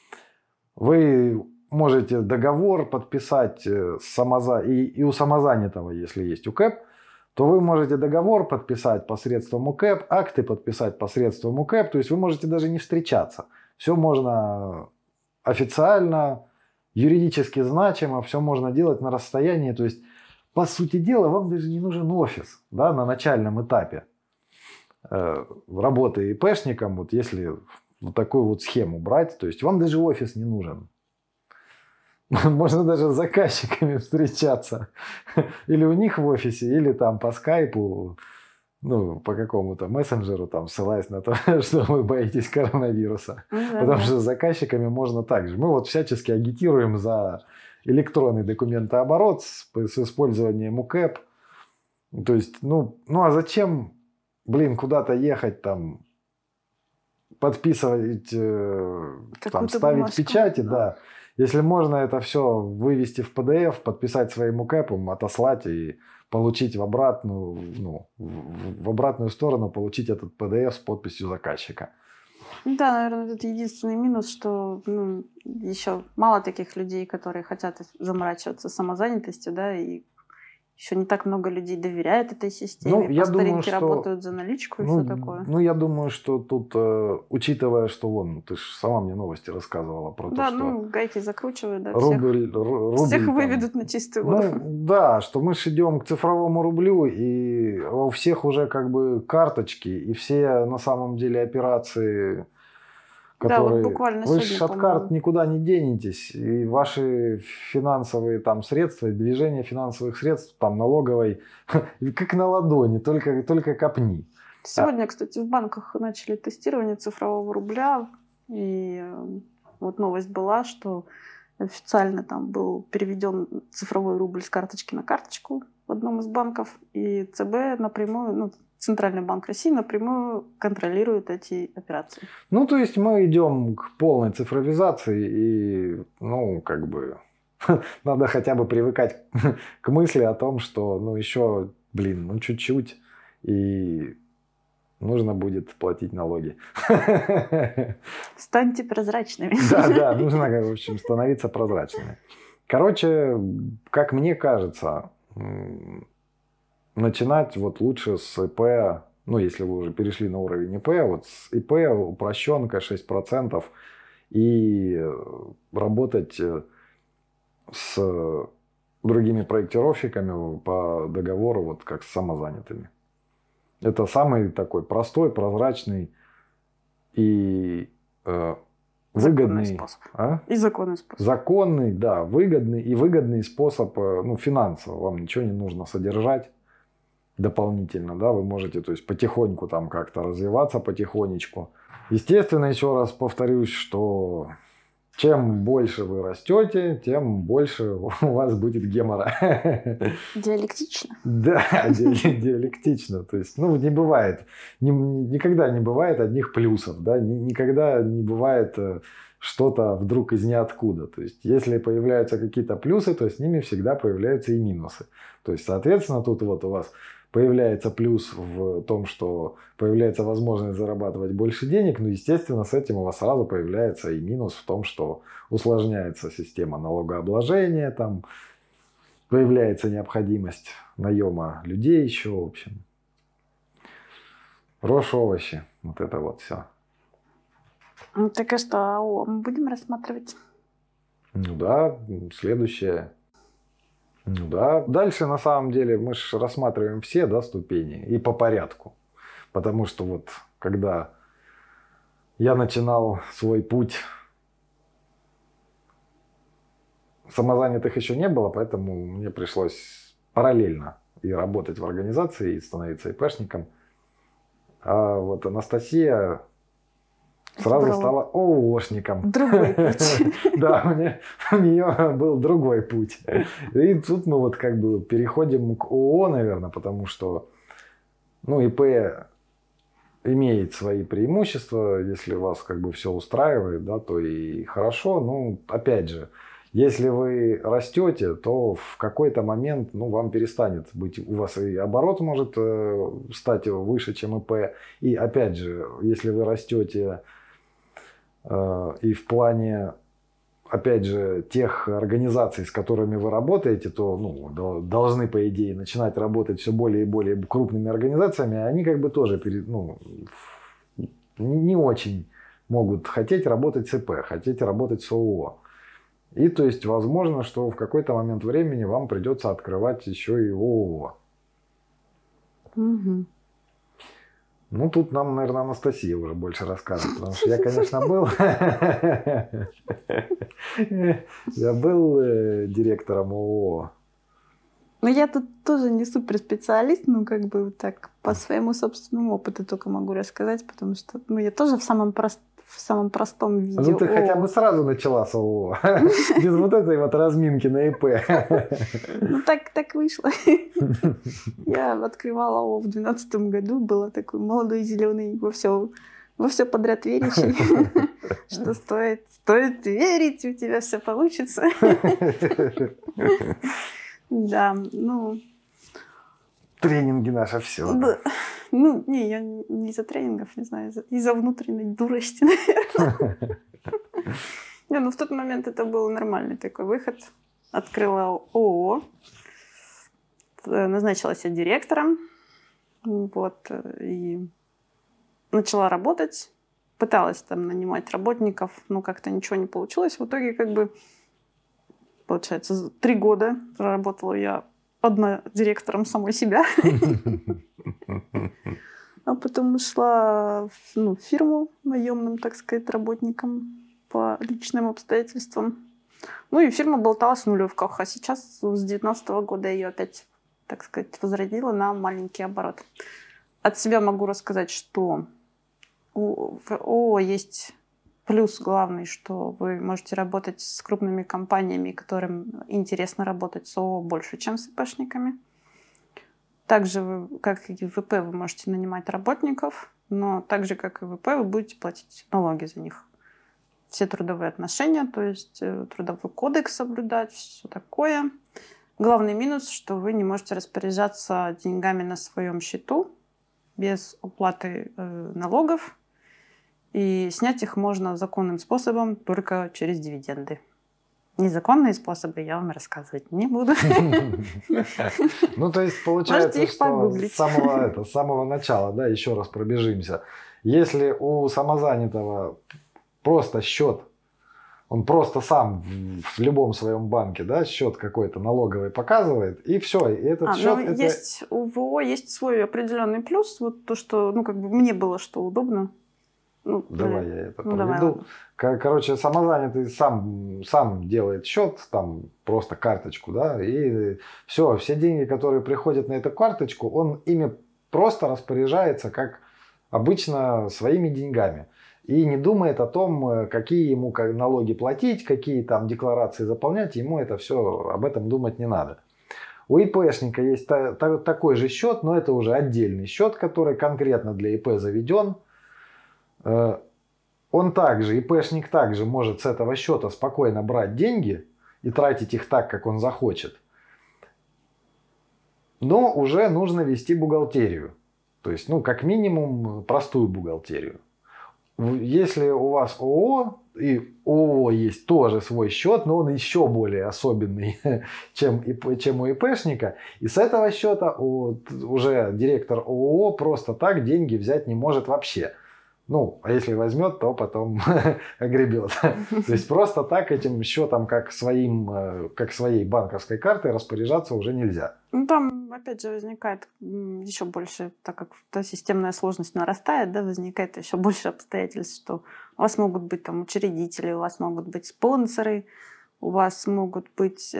Вы можете договор подписать и у самозанятого, если есть УКЭП, то вы можете договор подписать посредством УКЭП, акты подписать посредством УКЭП, то есть вы можете даже не встречаться. Все можно официально, юридически значимо, все можно делать на расстоянии, то есть по сути дела, вам даже не нужен офис, да, на начальном этапе работы ИПшником, если такую схему брать, то есть вам даже офис не нужен. Можно даже с заказчиками встречаться. Или у них в офисе, или там по скайпу, по какому-то мессенджеру, там, ссылаясь на то, что вы боитесь коронавируса. Потому что с заказчиками можно так же. Мы всячески агитируем за электронный документооборот с использованием УКЭП. То есть, а зачем, куда-то ехать, там, подписывать, там, ставить бумажку, печати, да. Если можно это все вывести в PDF, подписать своим УКЭПом, отослать и получить в обратную сторону, получить этот PDF с подписью заказчика. Да, наверное, это единственный минус, что еще мало таких людей, которые хотят заморачиваться самозанятостью, да, и еще не так много людей доверяет этой системе. Я по старинке работают за наличку и все такое. Я думаю, что тут, учитывая, что ты же сама мне новости рассказывала про то, что... гайки закручивают, да, рубль всех там, выведут на чистую воду. Да, что мы же идем к цифровому рублю, и у всех уже карточки, и все на самом деле операции... которые... буквально вы сегодня, же от карт никуда не денетесь. И ваши финансовые средства, движение финансовых средств, налоговой, как на ладони, только копни. Сегодня, кстати, в банках начали тестирование цифрового рубля. И новость была, что официально там был переведен цифровой рубль с карточки на карточку в одном из банков. И ЦБ напрямую... Центральный банк России напрямую контролирует эти операции. То есть мы идем к полной цифровизации, и, надо хотя бы привыкать к мысли о том, что, еще, чуть-чуть, и нужно будет платить налоги. Станьте прозрачными. Да, нужно, в общем, становиться прозрачными. Короче, как мне кажется... Начинать лучше с ИП, если вы уже перешли на уровень ИП, с ИП упрощенка 6% и работать с другими проектировщиками по договору, как с самозанятыми. Это самый такой простой, прозрачный и выгодный способ. И законный способ. Законный, да, выгодный способ, финансово. Вам ничего не нужно содержать дополнительно, да, вы можете, то есть, потихоньку там как-то развиваться потихонечку. Естественно, еще раз повторюсь, что чем больше вы растете, тем больше у вас будет гемора. Диалектично. Да, диалектично. То есть, не бывает, никогда не бывает одних плюсов, да, никогда не бывает что-то вдруг из ниоткуда. То есть, если появляются какие-то плюсы, то с ними всегда появляются и минусы. То есть, соответственно, тут у вас появляется плюс в том, что появляется возможность зарабатывать больше денег, но, естественно, с этим у вас сразу появляется и минус в том, что усложняется система налогообложения, там появляется необходимость наема людей еще, в общем. Рожь, овощи, вот это вот все. Так и что, АО мы будем рассматривать? Ну да, следующее. Ну да. Дальше, на самом деле, мы же рассматриваем все, да, ступени и по порядку. Потому что вот, когда я начинал свой путь, самозанятых еще не было, поэтому мне пришлось параллельно и работать в организации, и становиться ИПшником. А вот Анастасия сразу стала ООшником. Другой путь. Да, у нее был другой путь. И тут мы вот как бы переходим к ООО, наверное, потому что ИП имеет свои преимущества. Если вас как бы все устраивает, да, то и хорошо. Ну, опять же, если вы растете, то в какой-то момент вам перестанет быть, у вас и оборот может стать выше, чем ИП. И опять же, если вы растете и в плане, опять же, тех организаций, с которыми вы работаете, то должны, по идее, начинать работать все более и более крупными организациями. Они как бы тоже не очень могут хотеть работать с ИП, хотеть работать с ООО. И то есть возможно, что в какой-то момент времени вам придется открывать еще и ООО. Угу. Ну, тут нам, наверное, Анастасия уже больше расскажет, потому что я, конечно, был... Я был директором ООО. Ну, я тут тоже не суперспециалист, как бы так по своему собственному опыту только могу рассказать, потому что я тоже в самом простом виде. Ну, ты хотя бы сразу начала с ООО, без вот этой вот разминки на ИП. Ну, так вышло. Я открывала ООО в 2012 году, была такой молодой, зеленый, во все подряд верящий, что стоит верить, у тебя все получится. Да, Тренинги наши все. Да. Не, я не из-за тренингов, не знаю, из-за внутренней дурости, наверное. В тот момент это был нормальный такой выход. Открыла ООО, назначила себя директором, и начала работать. Пыталась там нанимать работников, но как-то ничего не получилось. В итоге, получается, 3 года проработала я одна директором самой себя. А потом ушла в фирму наемным, так сказать, работником по личным обстоятельствам. И фирма болталась в нулевках. А сейчас с 2019 года я ее опять, так сказать, возродила на маленький оборот. От себя могу рассказать, что в ООО есть плюс главный, что вы можете работать с крупными компаниями, которым интересно работать с ООО больше, чем с ИПшниками. Также, как и в ИП, вы можете нанимать работников, но так же, как и в ИП, вы будете платить налоги за них. Все трудовые отношения, то есть трудовой кодекс соблюдать, все такое. Главный минус, что вы не можете распоряжаться деньгами на своем счету без уплаты налогов. И снять их можно законным способом только через дивиденды. Незаконные способы я вам рассказывать не буду. То есть получается, что с самого начала, да, еще раз пробежимся. Если у самозанятого просто счет, он просто сам в любом своем банке, да, счет какой-то налоговый показывает, и все. И этот счет... У ВО есть свой определенный плюс. Вот то, что, мне было что удобно. Давай я это проведу. Короче, самозанятый сам делает счет, там просто карточку, да, и все деньги, которые приходят на эту карточку, он ими просто распоряжается, как обычно, своими деньгами. И не думает о том, какие ему налоги платить, какие там декларации заполнять, ему это все, об этом думать не надо. У ИПшника есть такой же счет, но это уже отдельный счет, который конкретно для ИП заведен. Он также, ИПшник также может с этого счета спокойно брать деньги и тратить их так, как он захочет. Но уже нужно вести бухгалтерию. То есть, ну, как минимум, простую бухгалтерию. Если у вас ООО, и ООО есть тоже свой счет, но он еще более особенный, чем у ИПшника. И с этого счета уже директор ООО просто так деньги взять не может вообще. Ну, а если возьмет, то потом огребет. То есть просто так этим счетом, как своей банковской картой, распоряжаться уже нельзя. Ну, там, опять же, возникает еще больше, так как та системная сложность нарастает, да, возникает еще больше обстоятельств, что у вас могут быть там учредители, у вас могут быть спонсоры, у вас могут быть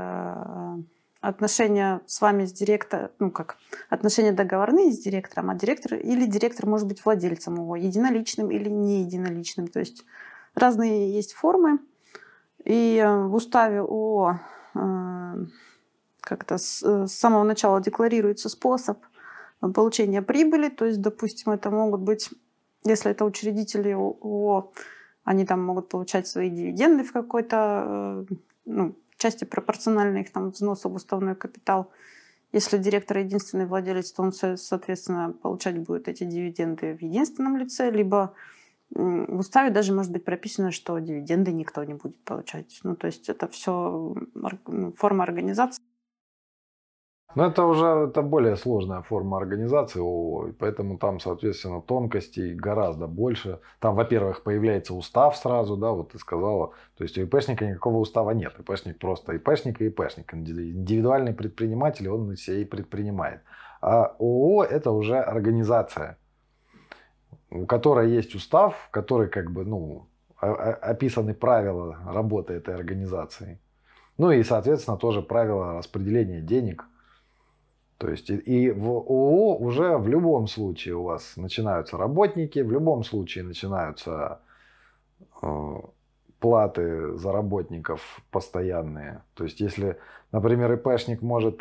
отношения с вами с директором, ну как, отношения договорные с директором, а директор может быть владельцем его, единоличным или не единоличным. То есть разные есть формы. И в уставе ООО как-то с самого начала декларируется способ получения прибыли. То есть, допустим, это могут быть, если это учредители ООО, они там могут получать свои дивиденды в какой-то части пропорциональны их там взносу в уставной капитал. Если директор единственный владелец, то он, соответственно, получать будет эти дивиденды в единственном лице, либо в уставе даже может быть прописано, что дивиденды никто не будет получать. Ну, то есть это все форма организации. Но это более сложная форма организации ООО, и поэтому там, соответственно, тонкостей гораздо больше. Там, во-первых, появляется устав сразу, да, вот ты сказала. То есть у ИПшника никакого устава нет. ИПшник просто ИПшник и ИПшник. Индивидуальный предприниматель, он все и предпринимает. А ООО – это уже организация, у которой есть устав, в которой как бы, описаны правила работы этой организации. Ну и, соответственно, тоже правила распределения денег. То есть и в ООО уже в любом случае у вас начинаются работники, в любом случае начинаются платы за работников постоянные. То есть если, например, ИПшник может,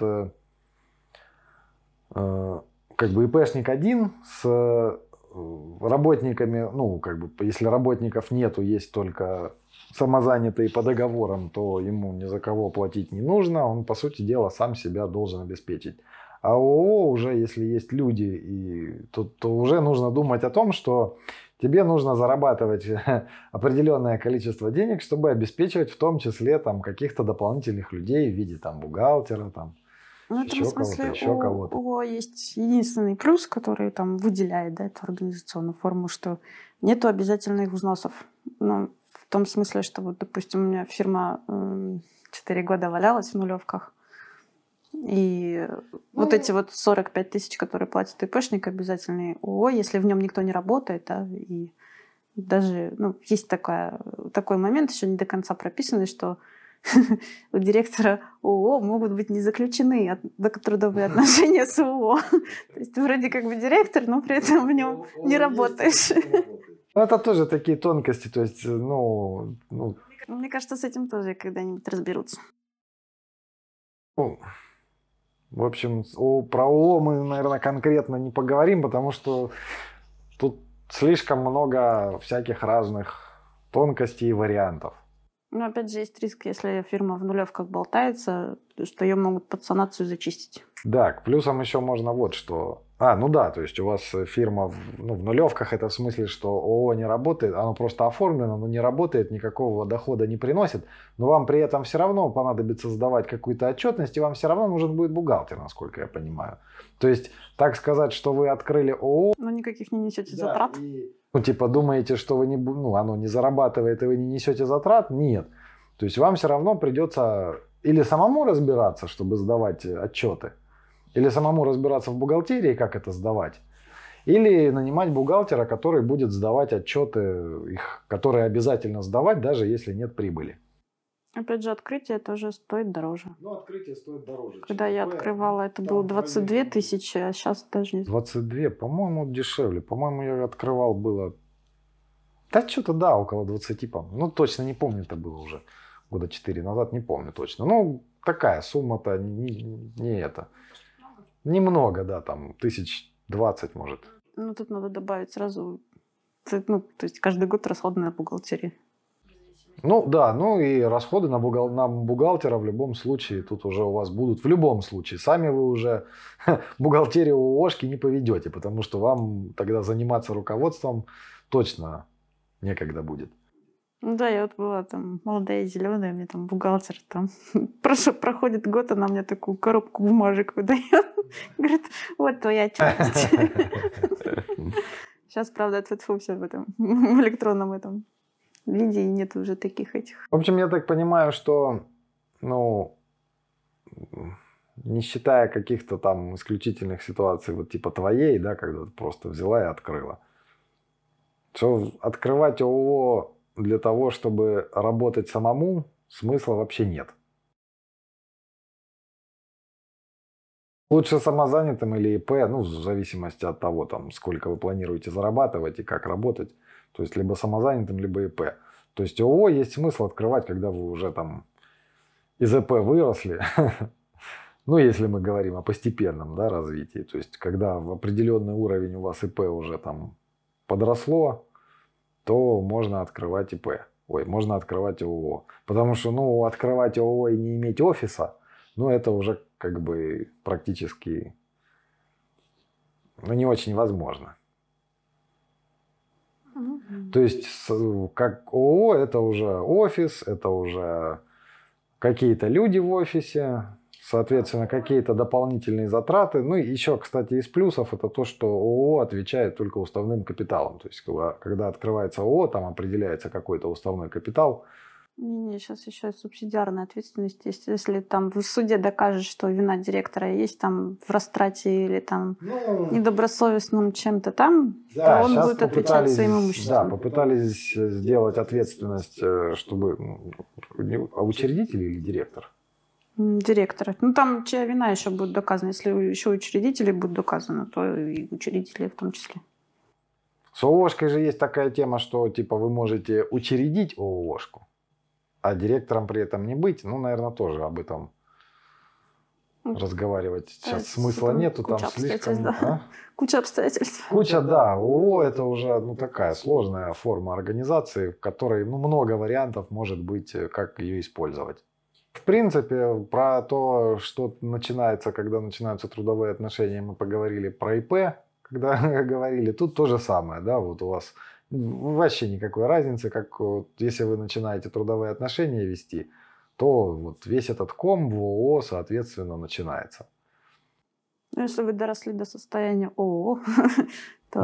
как бы ИПшник один с работниками, если работников нету, есть только самозанятые по договорам, то ему ни за кого платить не нужно, он, по сути дела, сам себя должен обеспечить. А ООО уже, если есть люди, то уже нужно думать о том, что тебе нужно зарабатывать определенное количество денег, чтобы обеспечивать в том числе там, каких-то дополнительных людей в виде там, бухгалтера, там, еще кого-то, еще кого-то. У ООО есть единственный плюс, который там выделяет эту организационную форму, что нету обязательных взносов. Ну, в том смысле, что, вот, допустим, у меня фирма 4 года валялась в нулевках. И вот эти вот 45 тысяч, которые платит ИПшник, обязательные ООО, если в нем никто не работает, да, и даже, есть такой момент, еще не до конца прописанный, что у директора ООО могут быть не заключены трудовые отношения с ООО. То есть ты вроде как бы директор, но при этом в нем не работаешь. Это тоже такие тонкости, то есть, Мне кажется, с этим тоже когда-нибудь разберутся. В общем, про ООО мы, наверное, конкретно не поговорим, потому что тут слишком много всяких разных тонкостей и вариантов. Но опять же есть риск, если фирма в нулевках болтается, что ее могут под санацию зачистить. Да, к плюсам еще можно вот что. То есть у вас фирма в нулевках, это в смысле, что ООО не работает, оно просто оформлено, но не работает, никакого дохода не приносит, но вам при этом все равно понадобится сдавать какую-то отчетность, и вам все равно нужен будет бухгалтер, насколько я понимаю. То есть, так сказать, что вы открыли ООО... Но никаких не несете затрат. Думаете, что вы оно не зарабатывает, и вы не несете затрат? Нет. То есть вам все равно придется или самому разбираться, чтобы сдавать отчеты, или самому разбираться в бухгалтерии, как это сдавать, или нанимать бухгалтера, который будет сдавать отчеты, которые обязательно сдавать, даже если нет прибыли. Опять же, открытие тоже стоит дороже. Открытие стоит дороже. Когда я открывала, это было 22 тысячи, а сейчас даже не... 22, по-моему, дешевле. По-моему, я открывал было... Да, что-то, да, около 20, по-моему. Точно не помню, это было уже года 4 назад, не помню точно. Такая сумма-то не это. Немного, да, там 1020, может. Тут надо добавить сразу... то есть каждый год расходы на бухгалтерии. Ну да, ну и расходы на бухгалтера в любом случае тут уже у вас будут. В любом случае. Сами вы уже бухгалтерию ООшки не поведете, потому что вам тогда заниматься руководством точно некогда будет. Ну да, я вот была там молодая, зеленая, мне там бухгалтер там проходит год, она мне такую коробку бумажек выдает. Говорит, вот твоя отчетность. Сейчас, правда, это все в этом, в электронном этом виде, и нет уже таких этих. В общем, я так понимаю, что, ну, не считая каких-то там исключительных ситуаций, вот типа твоей, да, когда ты просто взяла и открыла, что открывать ООО для того, чтобы работать самому, смысла вообще нет. Лучше самозанятым или ИП, ну, в зависимости от того, там, сколько вы планируете зарабатывать и как работать. То есть, либо самозанятым, либо ИП. То есть, ООО есть смысл открывать, когда вы уже там из ИП выросли. Ну, если мы говорим о постепенном, да, развитии. То есть, когда в определенный уровень у вас ИП уже там подросло, то можно открывать ИП. Ой, можно открывать ООО. Потому что, ну, открывать ООО и не иметь офиса, ну, это уже как бы практически, ну, не очень возможно. То есть, как ООО, это уже офис, это уже какие-то люди в офисе, соответственно, какие-то дополнительные затраты. Ну, и еще, кстати, из плюсов это то, что ООО отвечает только уставным капиталом. То есть, когда открывается ООО, там определяется какой-то уставной капитал. Не, сейчас еще и субсидиарная ответственность есть. Если там в суде докажешь, что вина директора есть там в растрате или там недобросовестным чем-то там, да, то он будет отвечать своим имуществом. Да, попытались сделать ответственность, чтобы... А учредитель или директор? Директора. Ну, там чья вина еще будет доказана. Если еще учредители будут доказаны, то и учредители в том числе. С ООшкой же есть такая тема, что типа вы можете учредить ООшку, а директором при этом не быть. Ну, наверное, тоже об этом разговаривать сейчас смысла нету. Там слишком... Да. Куча обстоятельств. Куча, да. ООО это уже такая сложная форма организации, в которой много вариантов может быть, как ее использовать. В принципе, про то, что начинается, когда начинаются трудовые отношения, мы поговорили про ИП, когда говорили, тут то же самое, да, вот у вас вообще никакой разницы, как вот, если вы начинаете трудовые отношения вести, то вот весь этот ком в ООО, соответственно, начинается. Ну, если вы доросли до состояния ООО, то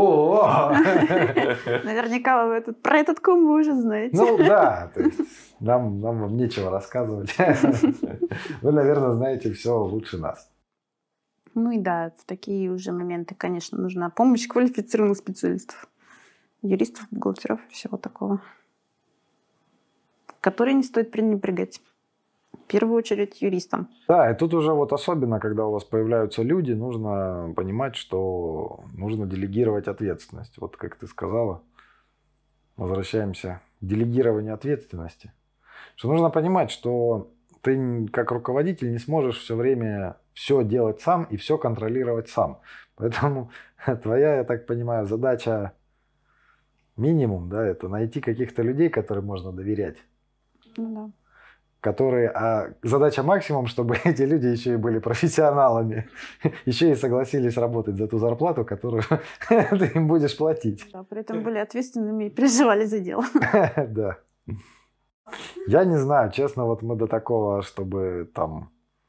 наверняка вы про этот ком вы уже знаете. Ну да, то есть нам вам нечего рассказывать. Вы, наверное, знаете все лучше нас. Ну и да, в такие уже моменты, конечно, нужна помощь квалифицированных специалистов, юристов, бухгалтеров, всего такого, которые не стоит пренебрегать. В первую очередь юристам. Да, и тут уже вот особенно, когда у вас появляются люди, нужно понимать, что нужно делегировать ответственность. Вот как ты сказала, возвращаемся к делегированию ответственности. Что нужно понимать, что ты как руководитель не сможешь все время все делать сам и все контролировать сам. Поэтому твоя, я так понимаю, задача минимум, да, это найти каких-то людей, которым можно доверять. Да. А задача максимум, чтобы эти люди еще и были профессионалами, еще и согласились работать за ту зарплату, которую ты им будешь платить. Да, при этом были ответственными и переживали за дело. Да. Я не знаю, честно, вот мы до такого, чтобы там,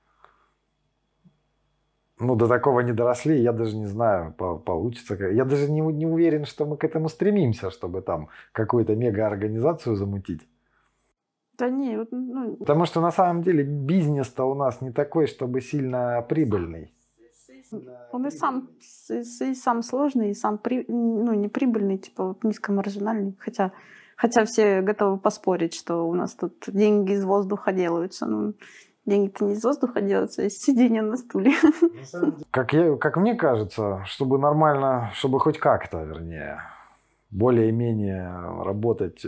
до такого не доросли, я даже не знаю, получится. Я даже не уверен, что мы к этому стремимся, чтобы там какую-то мега-организацию замутить. Да не, Потому что на самом деле бизнес-то у нас не такой, чтобы сильно прибыльный. Он и сам сложный, и сам неприбыльный, типа вот низкомаржинальный. Хотя все готовы поспорить, что у нас тут деньги из воздуха делаются. Ну, деньги-то не из воздуха делаются, а из сидения на стуле. Как мне кажется, чтобы нормально, чтобы хоть как-то, вернее, более-менее работать,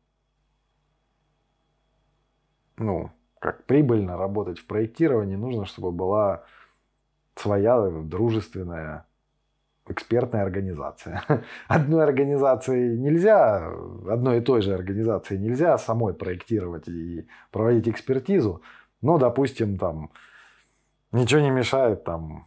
как прибыльно работать в проектировании, нужно, чтобы была своя дружественная экспертная организация. Одной организации нельзя, одной и той же организации нельзя самой проектировать и проводить экспертизу, но, допустим, там ничего не мешает там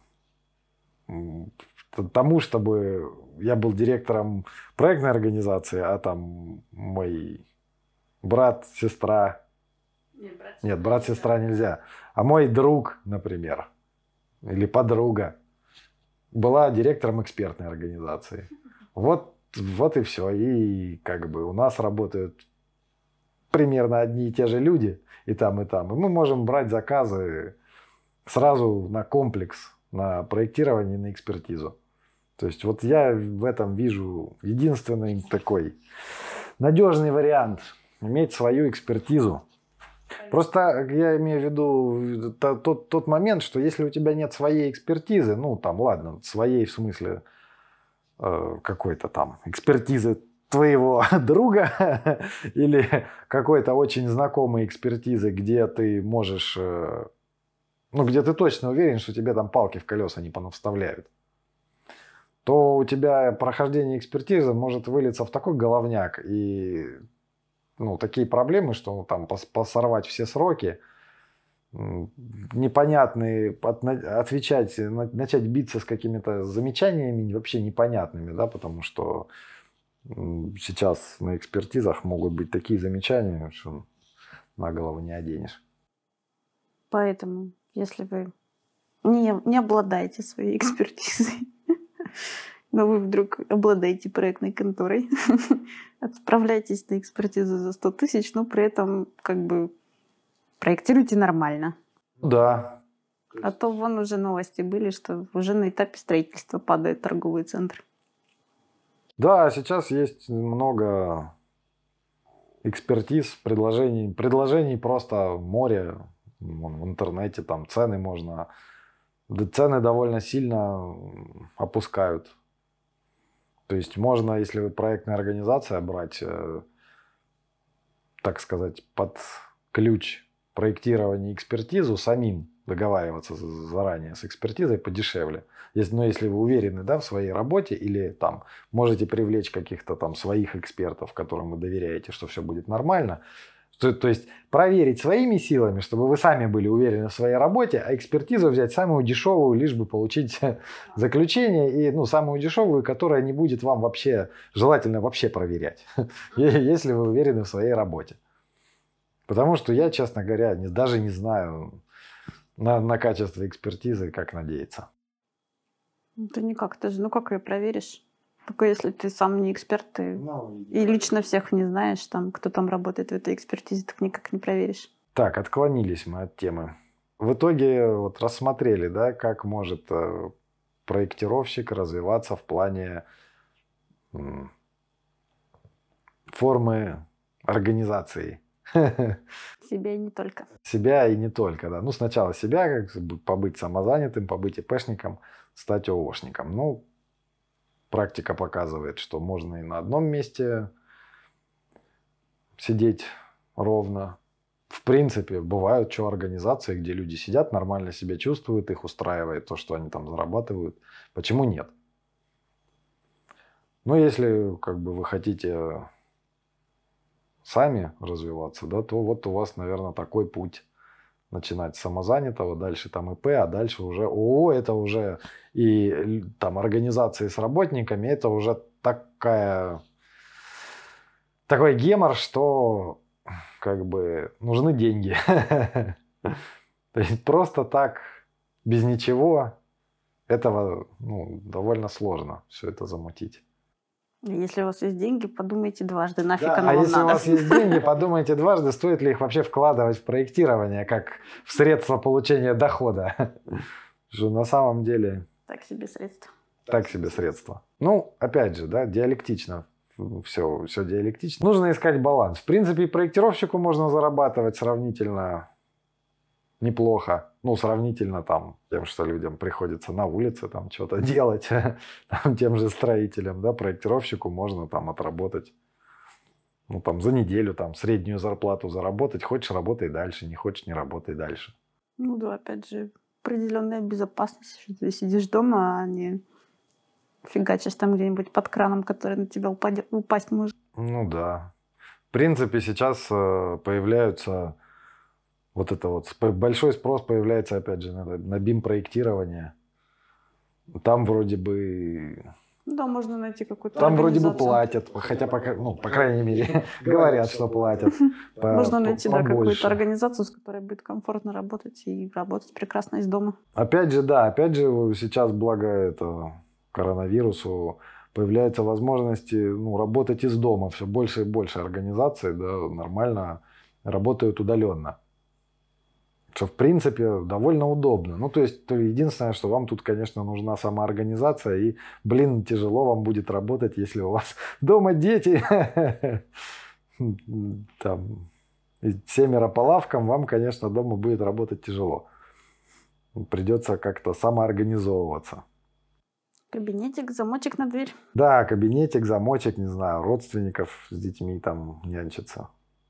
тому, чтобы я был директором проектной организации, а там мой брат, сестра... Нет, брат, сестра нельзя. А мой друг, например, или подруга была директором экспертной организации. Вот и все. И как бы у нас работают примерно одни и те же люди и там, и там. И мы можем брать заказы сразу на комплекс, на проектирование, на экспертизу. То есть вот я в этом вижу единственный такой надежный вариант – иметь свою экспертизу. Просто я имею в виду тот момент, что если у тебя нет своей экспертизы, ну там ладно, своей в смысле какой-то там экспертизы твоего друга или какой-то очень знакомой экспертизы, где ты можешь, ну где ты точно уверен, что тебе там палки в колеса не понавставляют, то у тебя прохождение экспертизы может вылиться в такой головняк и такие проблемы, что там посорвать все сроки, непонятные, отвечать, начать биться с какими-то замечаниями вообще непонятными, да, потому что сейчас на экспертизах могут быть такие замечания, что на голову не оденешь. Поэтому, если вы не обладаете своей экспертизой, но вы вдруг обладаете проектной конторой, отправляйтесь на экспертизу за 100 тысяч, но при этом как бы проектируйте нормально. Да. А то вон уже новости были, что уже на этапе строительства падают торговые центры. Да, сейчас есть много экспертиз, предложений просто море. В интернете там цены можно... Цены довольно сильно опускают. То есть можно, если вы проектная организация, брать, так сказать, под ключ проектирование и экспертизу, самим договариваться заранее с экспертизой подешевле. Если вы уверены, да, в своей работе или там можете привлечь каких-то там своих экспертов, которым вы доверяете, что все будет нормально. То есть проверить своими силами, чтобы вы сами были уверены в своей работе, а экспертизу взять самую дешевую, лишь бы получить заключение, и самую дешевую, которая не будет вам вообще, желательно вообще проверять, если вы уверены в своей работе. Потому что я, честно говоря, даже не знаю на качество экспертизы, как надеяться. Да никак, ты же, как ее проверишь? Только если ты сам не эксперт, ты и лично всех не знаешь, там, кто там работает в этой экспертизе, так никак не проверишь. Так, отклонились мы от темы. В итоге вот рассмотрели, да, как может проектировщик развиваться в плане формы организации. Себя и не только. Себя и не только, да. Сначала себя, как побыть самозанятым, побыть ИПшником, стать ООшником. Практика показывает, что можно и на одном месте сидеть ровно. В принципе, бывают организации, где люди сидят, нормально себя чувствуют, их устраивает то, что они там зарабатывают. Почему нет? Если вы хотите сами развиваться, да, то вот у вас, наверное, такой путь. Начинать с самозанятого, дальше там ИП, а дальше уже ООО, это уже и там организации с работниками, это уже такой гемор, что нужны деньги. То есть просто так, без ничего, этого довольно сложно все это замутить. Если у вас есть деньги, подумайте дважды, нафиг оно вам надо. Если у вас есть деньги, подумайте дважды, стоит ли их вообще вкладывать в проектирование, как в средство получения дохода. Что на самом деле... Так себе средства. Так себе средства. Опять же, да, диалектично. Все диалектично. Нужно искать баланс. В принципе, проектировщику можно зарабатывать сравнительно неплохо. Сравнительно тем, что людям приходится на улице что-то делать, тем же строителям, да, проектировщику можно отработать, за неделю среднюю зарплату заработать. Хочешь, работай дальше, не хочешь, не работай дальше. Да, опять же, определенная безопасность, что ты сидишь дома, а не фигачишь там где-нибудь под краном, который на тебя упасть может. Ну да. В принципе, сейчас появляются вот это вот большой спрос появляется, опять же, на BIM-проектирование. Там вроде бы... Да, можно найти какую-то Там вроде бы организацию. платят, хотя пока, ну, по крайней мере, говорят, что платят. Можно найти, да, какую-то побольше. организацию, с которой будет комфортно работать и работать прекрасно из дома. Опять же, да, опять же, сейчас, благо это коронавирусу, появляются возможности, ну, работать из дома. Все больше и больше организаций, да, нормально работают удаленно. Что, в принципе, довольно удобно. Ну, то есть, единственное, что вам тут, конечно, нужна самоорганизация. И, блин, тяжело вам будет работать, если у вас дома дети. Там 7 по лавкам, вам, конечно, дома будет работать тяжело. Придется как-то самоорганизовываться. Кабинетик, замочек на дверь. Да, кабинетик, замочек, не знаю, родственников с детьми там нянчиться.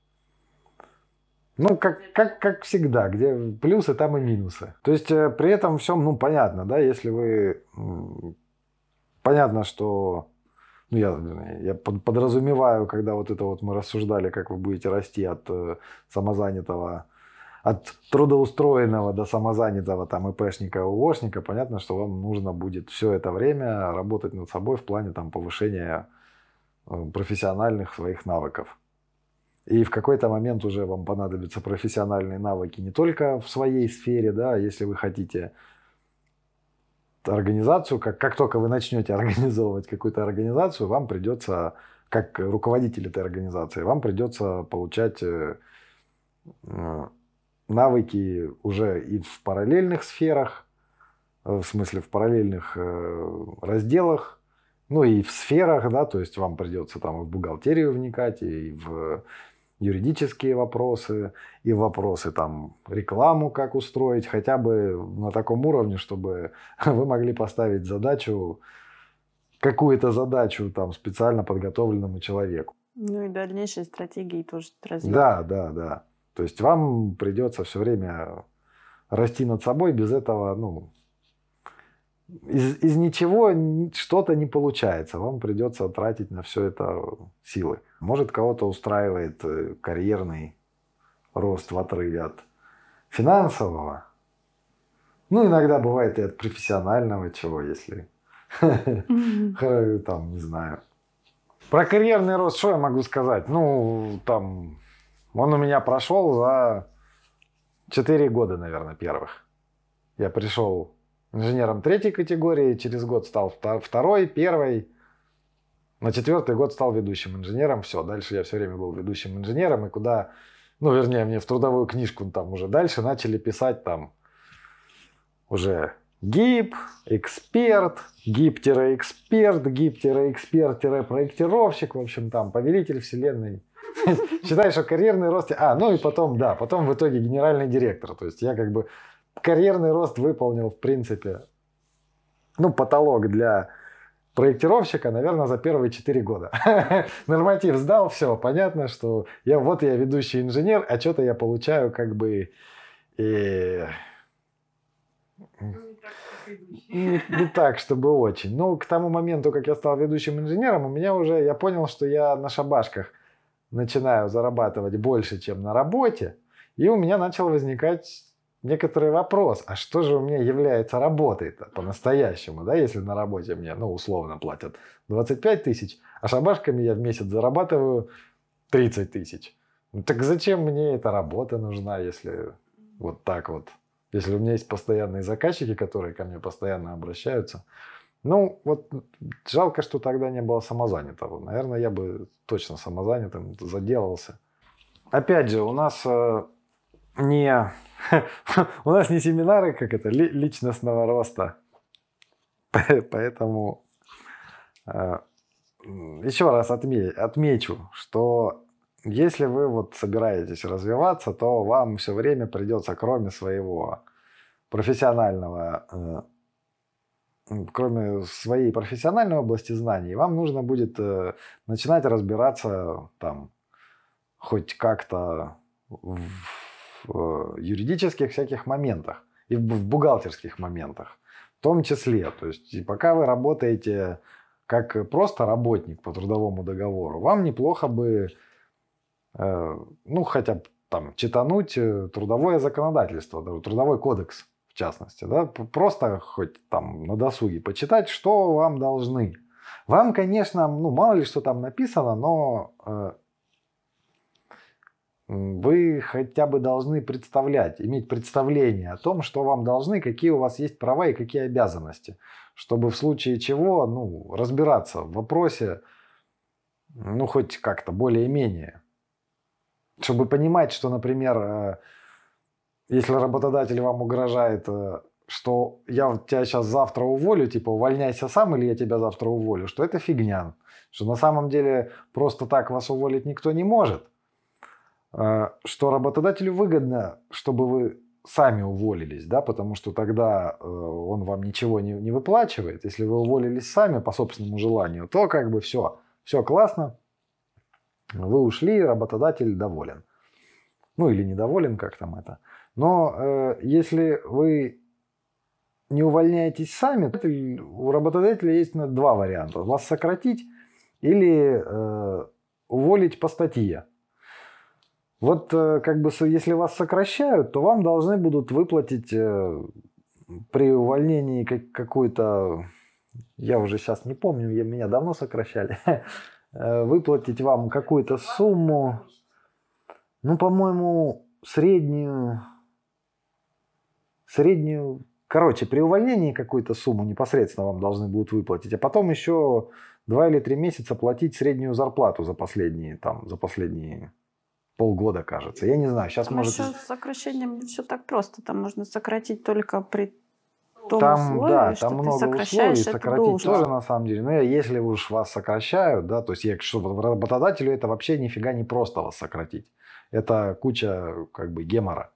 Ну, как всегда, где плюсы, там и минусы. То есть, при этом всем, ну, понятно, да, если вы... Понятно, что... Ну, я подразумеваю, когда вот это вот мы рассуждали, как вы будете расти от самозанятого, от трудоустроенного до самозанятого, там, ИПшника, ООшника, понятно, что вам нужно будет все это время работать над собой в плане, там, повышения профессиональных своих навыков. И в какой-то момент уже вам понадобятся профессиональные навыки не только в своей сфере, да, если вы хотите организацию, как только вы начнете организовывать какую-то организацию, вам придется, как руководитель этой организации, вам придется получать навыки уже и в параллельных сферах, в смысле в параллельных разделах, ну и в сферах, да, то есть вам придется там и в бухгалтерию вникать, и в юридические вопросы, и вопросы там рекламу как устроить, хотя бы на таком уровне, чтобы вы могли поставить задачу, какую-то задачу там специально подготовленному человеку. Ну и дальнейшие стратегии тоже развить. Да. То есть вам придется все время расти над собой, без этого, ну, из ничего что-то не получается. Вам придется тратить на все это силы. Может, кого-то устраивает карьерный рост в отрыве от финансового. Ну, иногда бывает и от профессионального, чего, если там, не знаю. Про карьерный рост что я могу сказать? Ну, там, он у меня прошел за 4 года, наверное, первых. Я пришел инженером 3-й категории, через год стал 2-й, 1-й. На 4-й год стал ведущим инженером. Все, дальше я все время был ведущим инженером. И куда, ну, вернее, мне в трудовую книжку там уже дальше начали писать там уже ГИП, эксперт, ГИП-эксперт, ГИП-эксперт-проектировщик, в общем, там, повелитель вселенной. Считай, что карьерный рост... ну и потом, да, потом в итоге генеральный директор. То есть я как бы карьерный рост выполнил, в принципе, ну, потолок для проектировщика, наверное, за первые 4 года. Норматив сдал, все, понятно, что я ведущий инженер, а что-то я получаю как бы... Не так, чтобы очень. Но к тому моменту, как я стал ведущим инженером, у меня уже, я понял, что я на шабашках начинаю зарабатывать больше, чем на работе. И у меня начал возникать некоторый вопрос, а что же у меня является работой-то по-настоящему, да, если на работе мне, ну, условно платят 25 тысяч, а шабашками я в месяц зарабатываю 30 тысяч. Ну, так зачем мне эта работа нужна, если вот так вот? Если у меня есть постоянные заказчики, которые ко мне постоянно обращаются. Ну, вот жалко, что тогда не было самозанятого. Наверное, я бы точно самозанятым заделался. Опять же, у нас не семинары, как это, личностного роста. Поэтому еще раз отмечу, что если вы вот собираетесь развиваться, то вам все время придется, кроме своего профессионального, кроме своей профессиональной области знаний, вам нужно будет начинать разбираться там хоть как-то в юридических всяких моментах и в бухгалтерских моментах. в том числе. То есть и пока вы работаете как просто работник по трудовому договору, вам неплохо бы, ну, хотя бы там читануть трудовое законодательство, трудовой кодекс в частности, да, просто хоть там на досуге почитать, что вам должны. Вам, конечно, ну, мало ли что там написано, но вы хотя бы должны представлять, иметь представление о том, что вам должны, какие у вас есть права и какие обязанности, чтобы в случае чего, ну, разбираться в вопросе, ну, хоть как-то более-менее. Чтобы понимать, что, например, если работодатель вам угрожает, что я тебя сейчас завтра уволю, типа увольняйся сам или я тебя завтра уволю, что это фигня. Что на самом деле просто так вас уволить никто не может. Что работодателю выгодно, чтобы вы сами уволились, да, потому что тогда он вам ничего не выплачивает. Если вы уволились сами по собственному желанию, то как бы все классно, вы ушли, работодатель доволен. Ну или недоволен, как там это. Но если вы не увольняетесь сами, у работодателя есть два варианта. Вас сократить или уволить по статье. Вот как бы если вас сокращают, то вам должны будут выплатить при увольнении какую-то, я уже сейчас не помню, меня давно сокращали, выплатить вам какую-то сумму, ну, по-моему, среднюю, короче, при увольнении какую-то сумму непосредственно вам должны будут выплатить, а потом еще 2 или 3 месяца платить среднюю зарплату за последние полгода, кажется. Я не знаю, сейчас там может... еще с сокращением все так просто. Там можно сократить только при том там, условии, да, что там ты много сокращаешь условий, эту сократить должность. тоже на самом деле. Но если уж вас сокращают, да, то есть чтобы работодателю это вообще нифига не просто вас сократить. Это куча как бы гемора.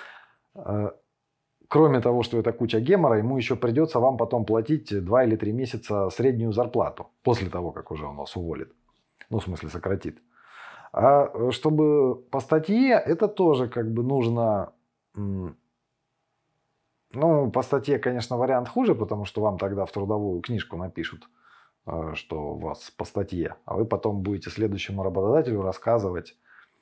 Кроме того, что это куча гемора, ему еще придется вам потом платить 2 или 3 месяца среднюю зарплату после того, как уже он вас уволит. Ну, в смысле, сократит. А чтобы по статье, это тоже как бы нужно... Ну, по статье, конечно, вариант хуже, потому что вам тогда в трудовую книжку напишут, что у вас по статье. А вы потом будете следующему работодателю рассказывать,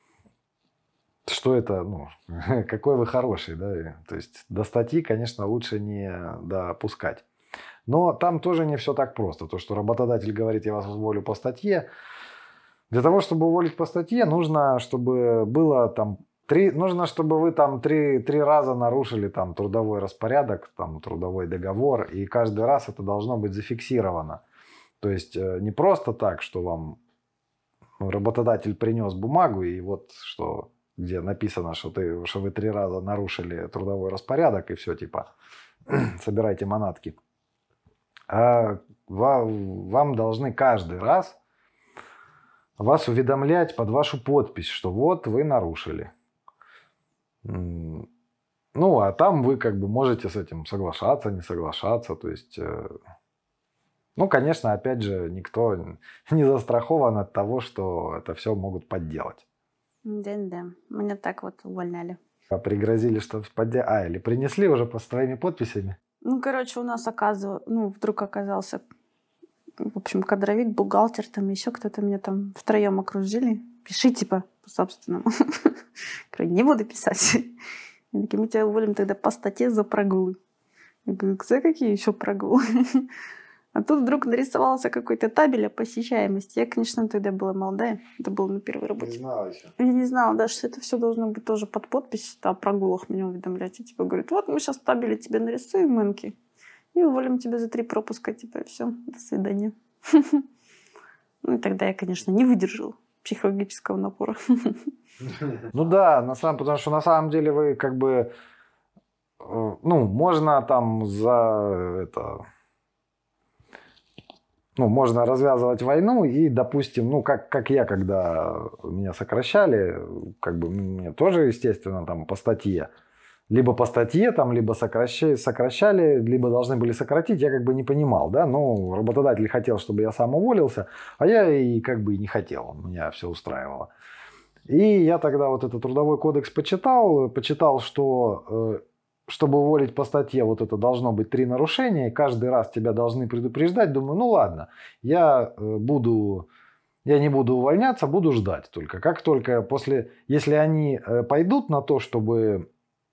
что это, ну, какой вы хороший. Да? То есть до статьи, конечно, лучше не допускать. Но там тоже не все так просто. То, что работодатель говорит, я вас уволю по статье. Для того, чтобы уволить по статье, нужно, чтобы было там нужно, чтобы вы там три раза нарушили там трудовой распорядок, там трудовой договор, и каждый раз это должно быть зафиксировано. То есть не просто так, что вам работодатель принес бумагу, и вот что, где написано, что вы 3 раза нарушили трудовой распорядок, и все, типа, собирайте манатки. А вам должны каждый раз вас уведомлять под вашу подпись, что вот вы нарушили. Ну, а там вы как бы можете с этим соглашаться, не соглашаться. То есть, ну, конечно, опять же, никто не застрахован от того, что это все могут подделать. Да. Меня так вот увольняли. А пригрозили, что подделать. Или принесли уже с твоими подписями? Ну, короче, у нас вдруг оказался, в общем, кадровик, бухгалтер, там еще кто-то, меня там втроем окружили. Пиши, типа, по-собственному. Говорю, не буду писать. Они такие, мы тебя уволим тогда по статье за прогулы. Я говорю, за какие еще прогулы? А тут вдруг нарисовался какой-то табель о посещаемости. Я, конечно, тогда была молодая. Это было на первой работе. Не знала еще. Я не знала даже, что это все должно быть тоже под подпись. О прогулах меня уведомлять. И типа говорят, вот мы сейчас табели тебе нарисуем, мэнки. И уволим тебя за 3 пропуска. Типа, и все, до свидания. Ну и тогда я, конечно, не выдержала психологического напора. Ну да, потому что на самом деле вы как бы, ну, можно там можно развязывать войну и, допустим, ну, как я, когда меня сокращали, как бы мне тоже, естественно, там по статье, либо по статье, там, либо сокращали, либо должны были сократить, я как бы не понимал, да, ну, работодатель хотел, чтобы я сам уволился, а я и как бы и не хотел, меня все устраивало. И я тогда вот этот трудовой кодекс почитал, что чтобы уволить по статье, вот это должно быть 3 нарушения, и каждый раз тебя должны предупреждать. Думаю, ну ладно, я не буду увольняться, буду ждать только. Как только если они пойдут на то, чтобы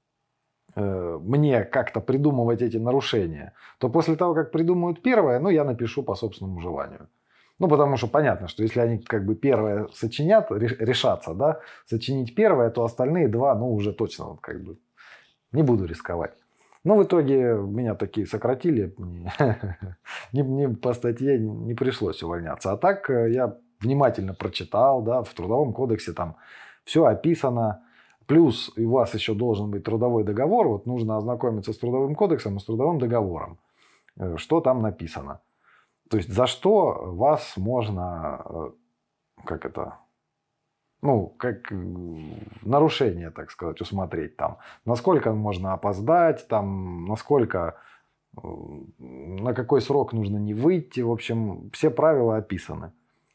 мне как-то придумывать эти нарушения, то после того, как придумают первое, я напишу по собственному желанию. Потому что понятно, что если они как бы первое сочинят, решатся, да, сочинить первое, то остальные 2, уже точно как бы не буду рисковать. Но в итоге меня такие сократили, мне по статье не пришлось увольняться. А так я внимательно прочитал, да, в Трудовом кодексе там все описано. Плюс у вас еще должен быть трудовой договор. Вот нужно ознакомиться с Трудовым кодексом и с Трудовым договором. Что там написано. То есть за что вас можно, как нарушение, так сказать, усмотреть там. Насколько можно опоздать, там, на какой срок нужно не выйти. В общем, все правила описаны.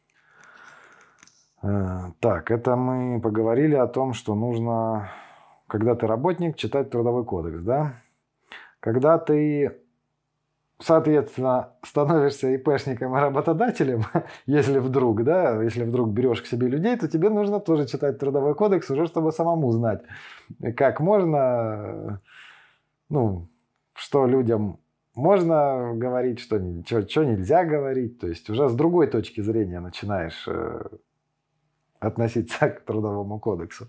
Так, это мы поговорили о том, что нужно, когда ты работник, читать Трудовой кодекс, да? Когда ты, соответственно, становишься ИПшником и работодателем, если вдруг берешь к себе людей, то тебе нужно тоже читать Трудовой кодекс, уже чтобы самому знать, как можно, что людям можно говорить, что нельзя говорить. То есть уже с другой точки зрения начинаешь относиться к Трудовому кодексу.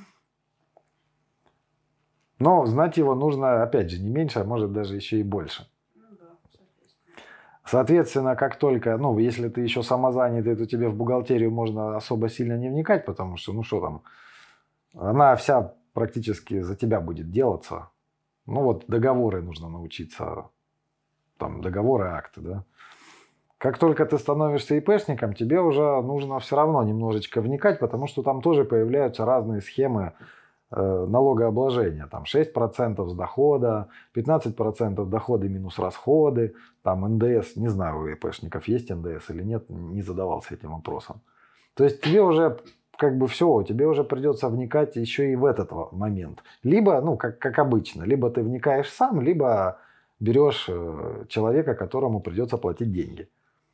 Но знать его нужно, опять же, не меньше, а может даже еще и больше. Соответственно, как только, если ты еще самозанятый, то тебе в бухгалтерию можно особо сильно не вникать, потому что, она вся практически за тебя будет делаться. Договоры нужно научиться, договоры, акты, да. Как только ты становишься ИПшником, тебе уже нужно все равно немножечко вникать, потому что там тоже появляются разные схемы налогообложения. Там 6% с дохода, 15% доходы минус расходы, там НДС. Не знаю, у ИПшников есть НДС или нет, не задавался этим вопросом. То есть тебе уже тебе уже придется вникать еще и в этот момент. Либо, как обычно, либо ты вникаешь сам, либо берешь человека, которому придется платить деньги.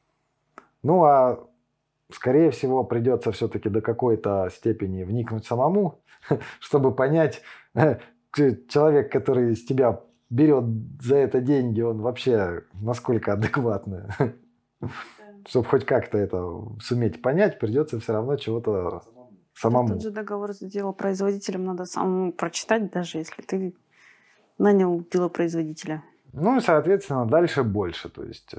А скорее всего придется все-таки до какой-то степени вникнуть самому, чтобы понять, человек, который с тебя берет за это деньги, он вообще насколько адекватный. Чтобы хоть как-то это суметь понять, придется все равно чего-то самому. Тот же договор с делопроизводителем надо самому прочитать, даже если ты нанял делопроизводителя. И, соответственно, дальше больше. То есть,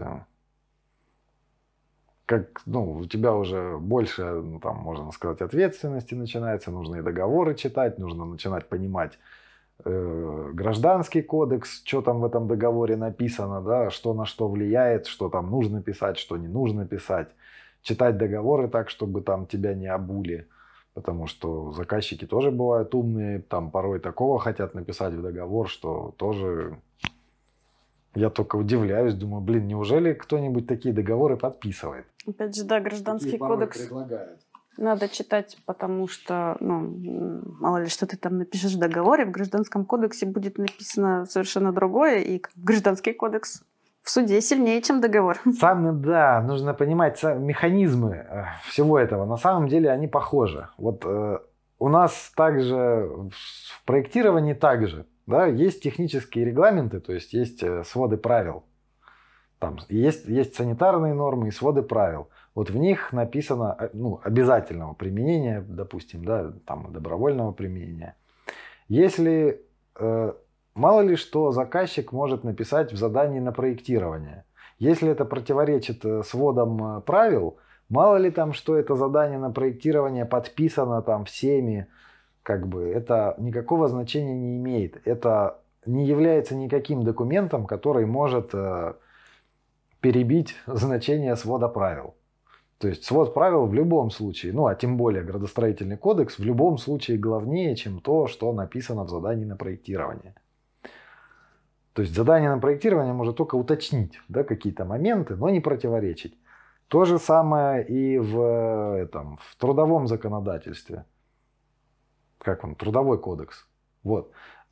у тебя уже больше, можно сказать, ответственности начинается. Нужно и договоры читать, нужно начинать понимать гражданский кодекс, что там в этом договоре написано, да, что на что влияет, что там нужно писать, что не нужно писать. Читать договоры так, чтобы там тебя не обули. Потому что заказчики тоже бывают умные, там порой такого хотят написать в договор, что тоже я только удивляюсь, думаю, неужели кто-нибудь такие договоры подписывает? Опять же, да, гражданский кодекс надо читать, потому что, мало ли, что ты там напишешь в договоре, в гражданском кодексе будет написано совершенно другое, и гражданский кодекс в суде сильнее, чем договор. Нужно понимать механизмы всего этого. На самом деле они похожи. У нас также в проектировании также, да, есть технические регламенты, то есть есть своды правил. Там есть санитарные нормы и своды правил. В них написано обязательного применения, допустим, да, там добровольного применения. Если мало ли что заказчик может написать в задании на проектирование. Если это противоречит сводам правил, мало ли там, что это задание на проектирование подписано там всеми, это никакого значения не имеет. Это не является никаким документом, который может перебить значение свода правил. То есть свод правил в любом случае, а тем более градостроительный кодекс, в любом случае главнее, чем то, что написано в задании на проектирование. То есть задание на проектирование может только уточнить, да, какие-то моменты, но не противоречить. То же самое и в трудовом законодательстве. Трудовой кодекс.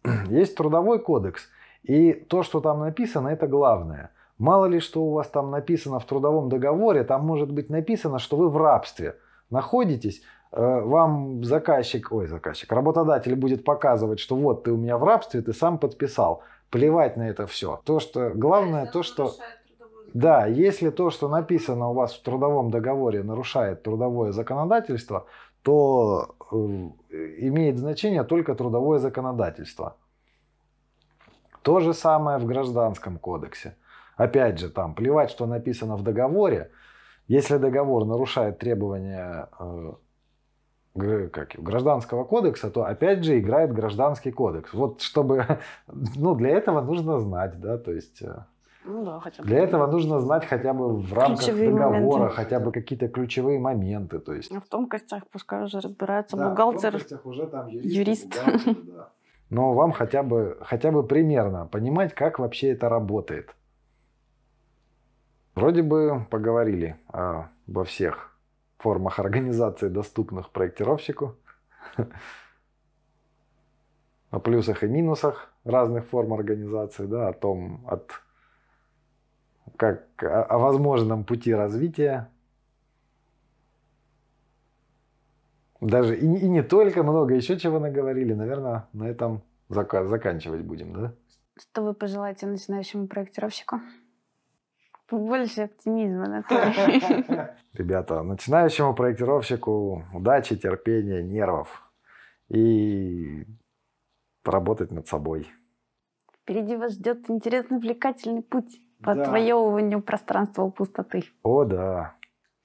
Есть Трудовой кодекс. И то, что там написано, это главное. Мало ли, что у вас там написано в трудовом договоре, там может быть написано, что вы в рабстве находитесь, вам работодатель будет показывать, что вот ты у меня в рабстве, ты сам подписал. Плевать на это все. То, что главное, то, что... Да, если то, что написано у вас в трудовом договоре, нарушает трудовое законодательство, то имеет значение только трудовое законодательство. То же самое в Гражданском кодексе. Опять же, там плевать, что написано в договоре. Если договор нарушает требования Гражданского кодекса, то опять же играет Гражданский кодекс. Вот чтобы, для этого нужно знать, да, то есть для этого нужно знать хотя бы в рамках договора, хотя бы какие-то ключевые моменты, то есть. А в тонкостях пускай уже разбираются бухгалтер, в тонкостях уже там юрист. Да. Но вам хотя бы примерно понимать, как вообще это работает. Вроде бы поговорили обо всех формах организации, доступных проектировщику, о плюсах и минусах разных форм организации, да, о возможном пути развития. Даже и не только, много еще чего наговорили. Наверное, на этом заканчивать будем, да? Что вы пожелаете начинающему проектировщику? Побольше оптимизма, Анатолий. Ребята, начинающему проектировщику удачи, терпения, нервов и поработать над собой. Впереди вас ждет интересный, увлекательный путь по отвоевыванию пространства у пустоты. О, да.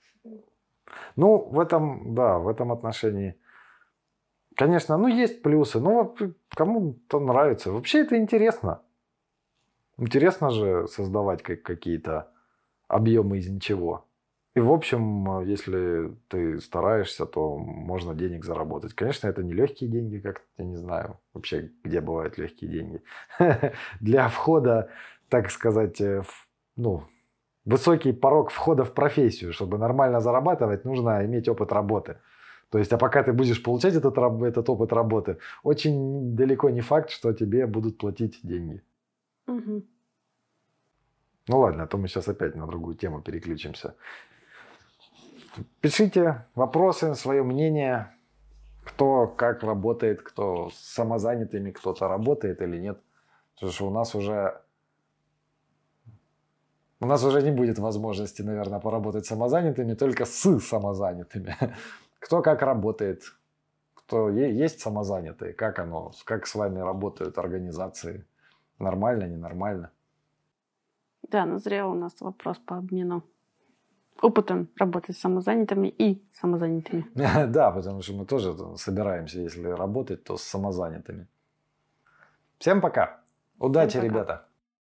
В этом отношении, конечно, есть плюсы. Кому-то нравится. Вообще это интересно. Интересно же создавать какие-то объемы из ничего. И в общем, если ты стараешься, то можно денег заработать. Конечно, это не легкие деньги, как я не знаю вообще, где бывают легкие деньги. Для входа, так сказать, высокий порог входа в профессию. Чтобы нормально зарабатывать, нужно иметь опыт работы. То есть, а пока ты будешь получать этот опыт работы, очень далеко не факт, что тебе будут платить деньги. Угу. Ладно, а то мы сейчас опять на другую тему переключимся. Пишите вопросы, свое мнение, кто как работает, кто с самозанятыми, кто-то работает или нет. Потому что у нас уже не будет возможности, наверное, поработать самозанятыми, только с самозанятыми. Кто как работает, кто есть самозанятые, как с вами работают организации. Нормально, ненормально. Да, назрел у нас вопрос по обмену опытом работать с самозанятыми и самозанятыми. Да, потому что мы тоже собираемся, если работать, то с самозанятыми. Всем пока. Удачи, ребята.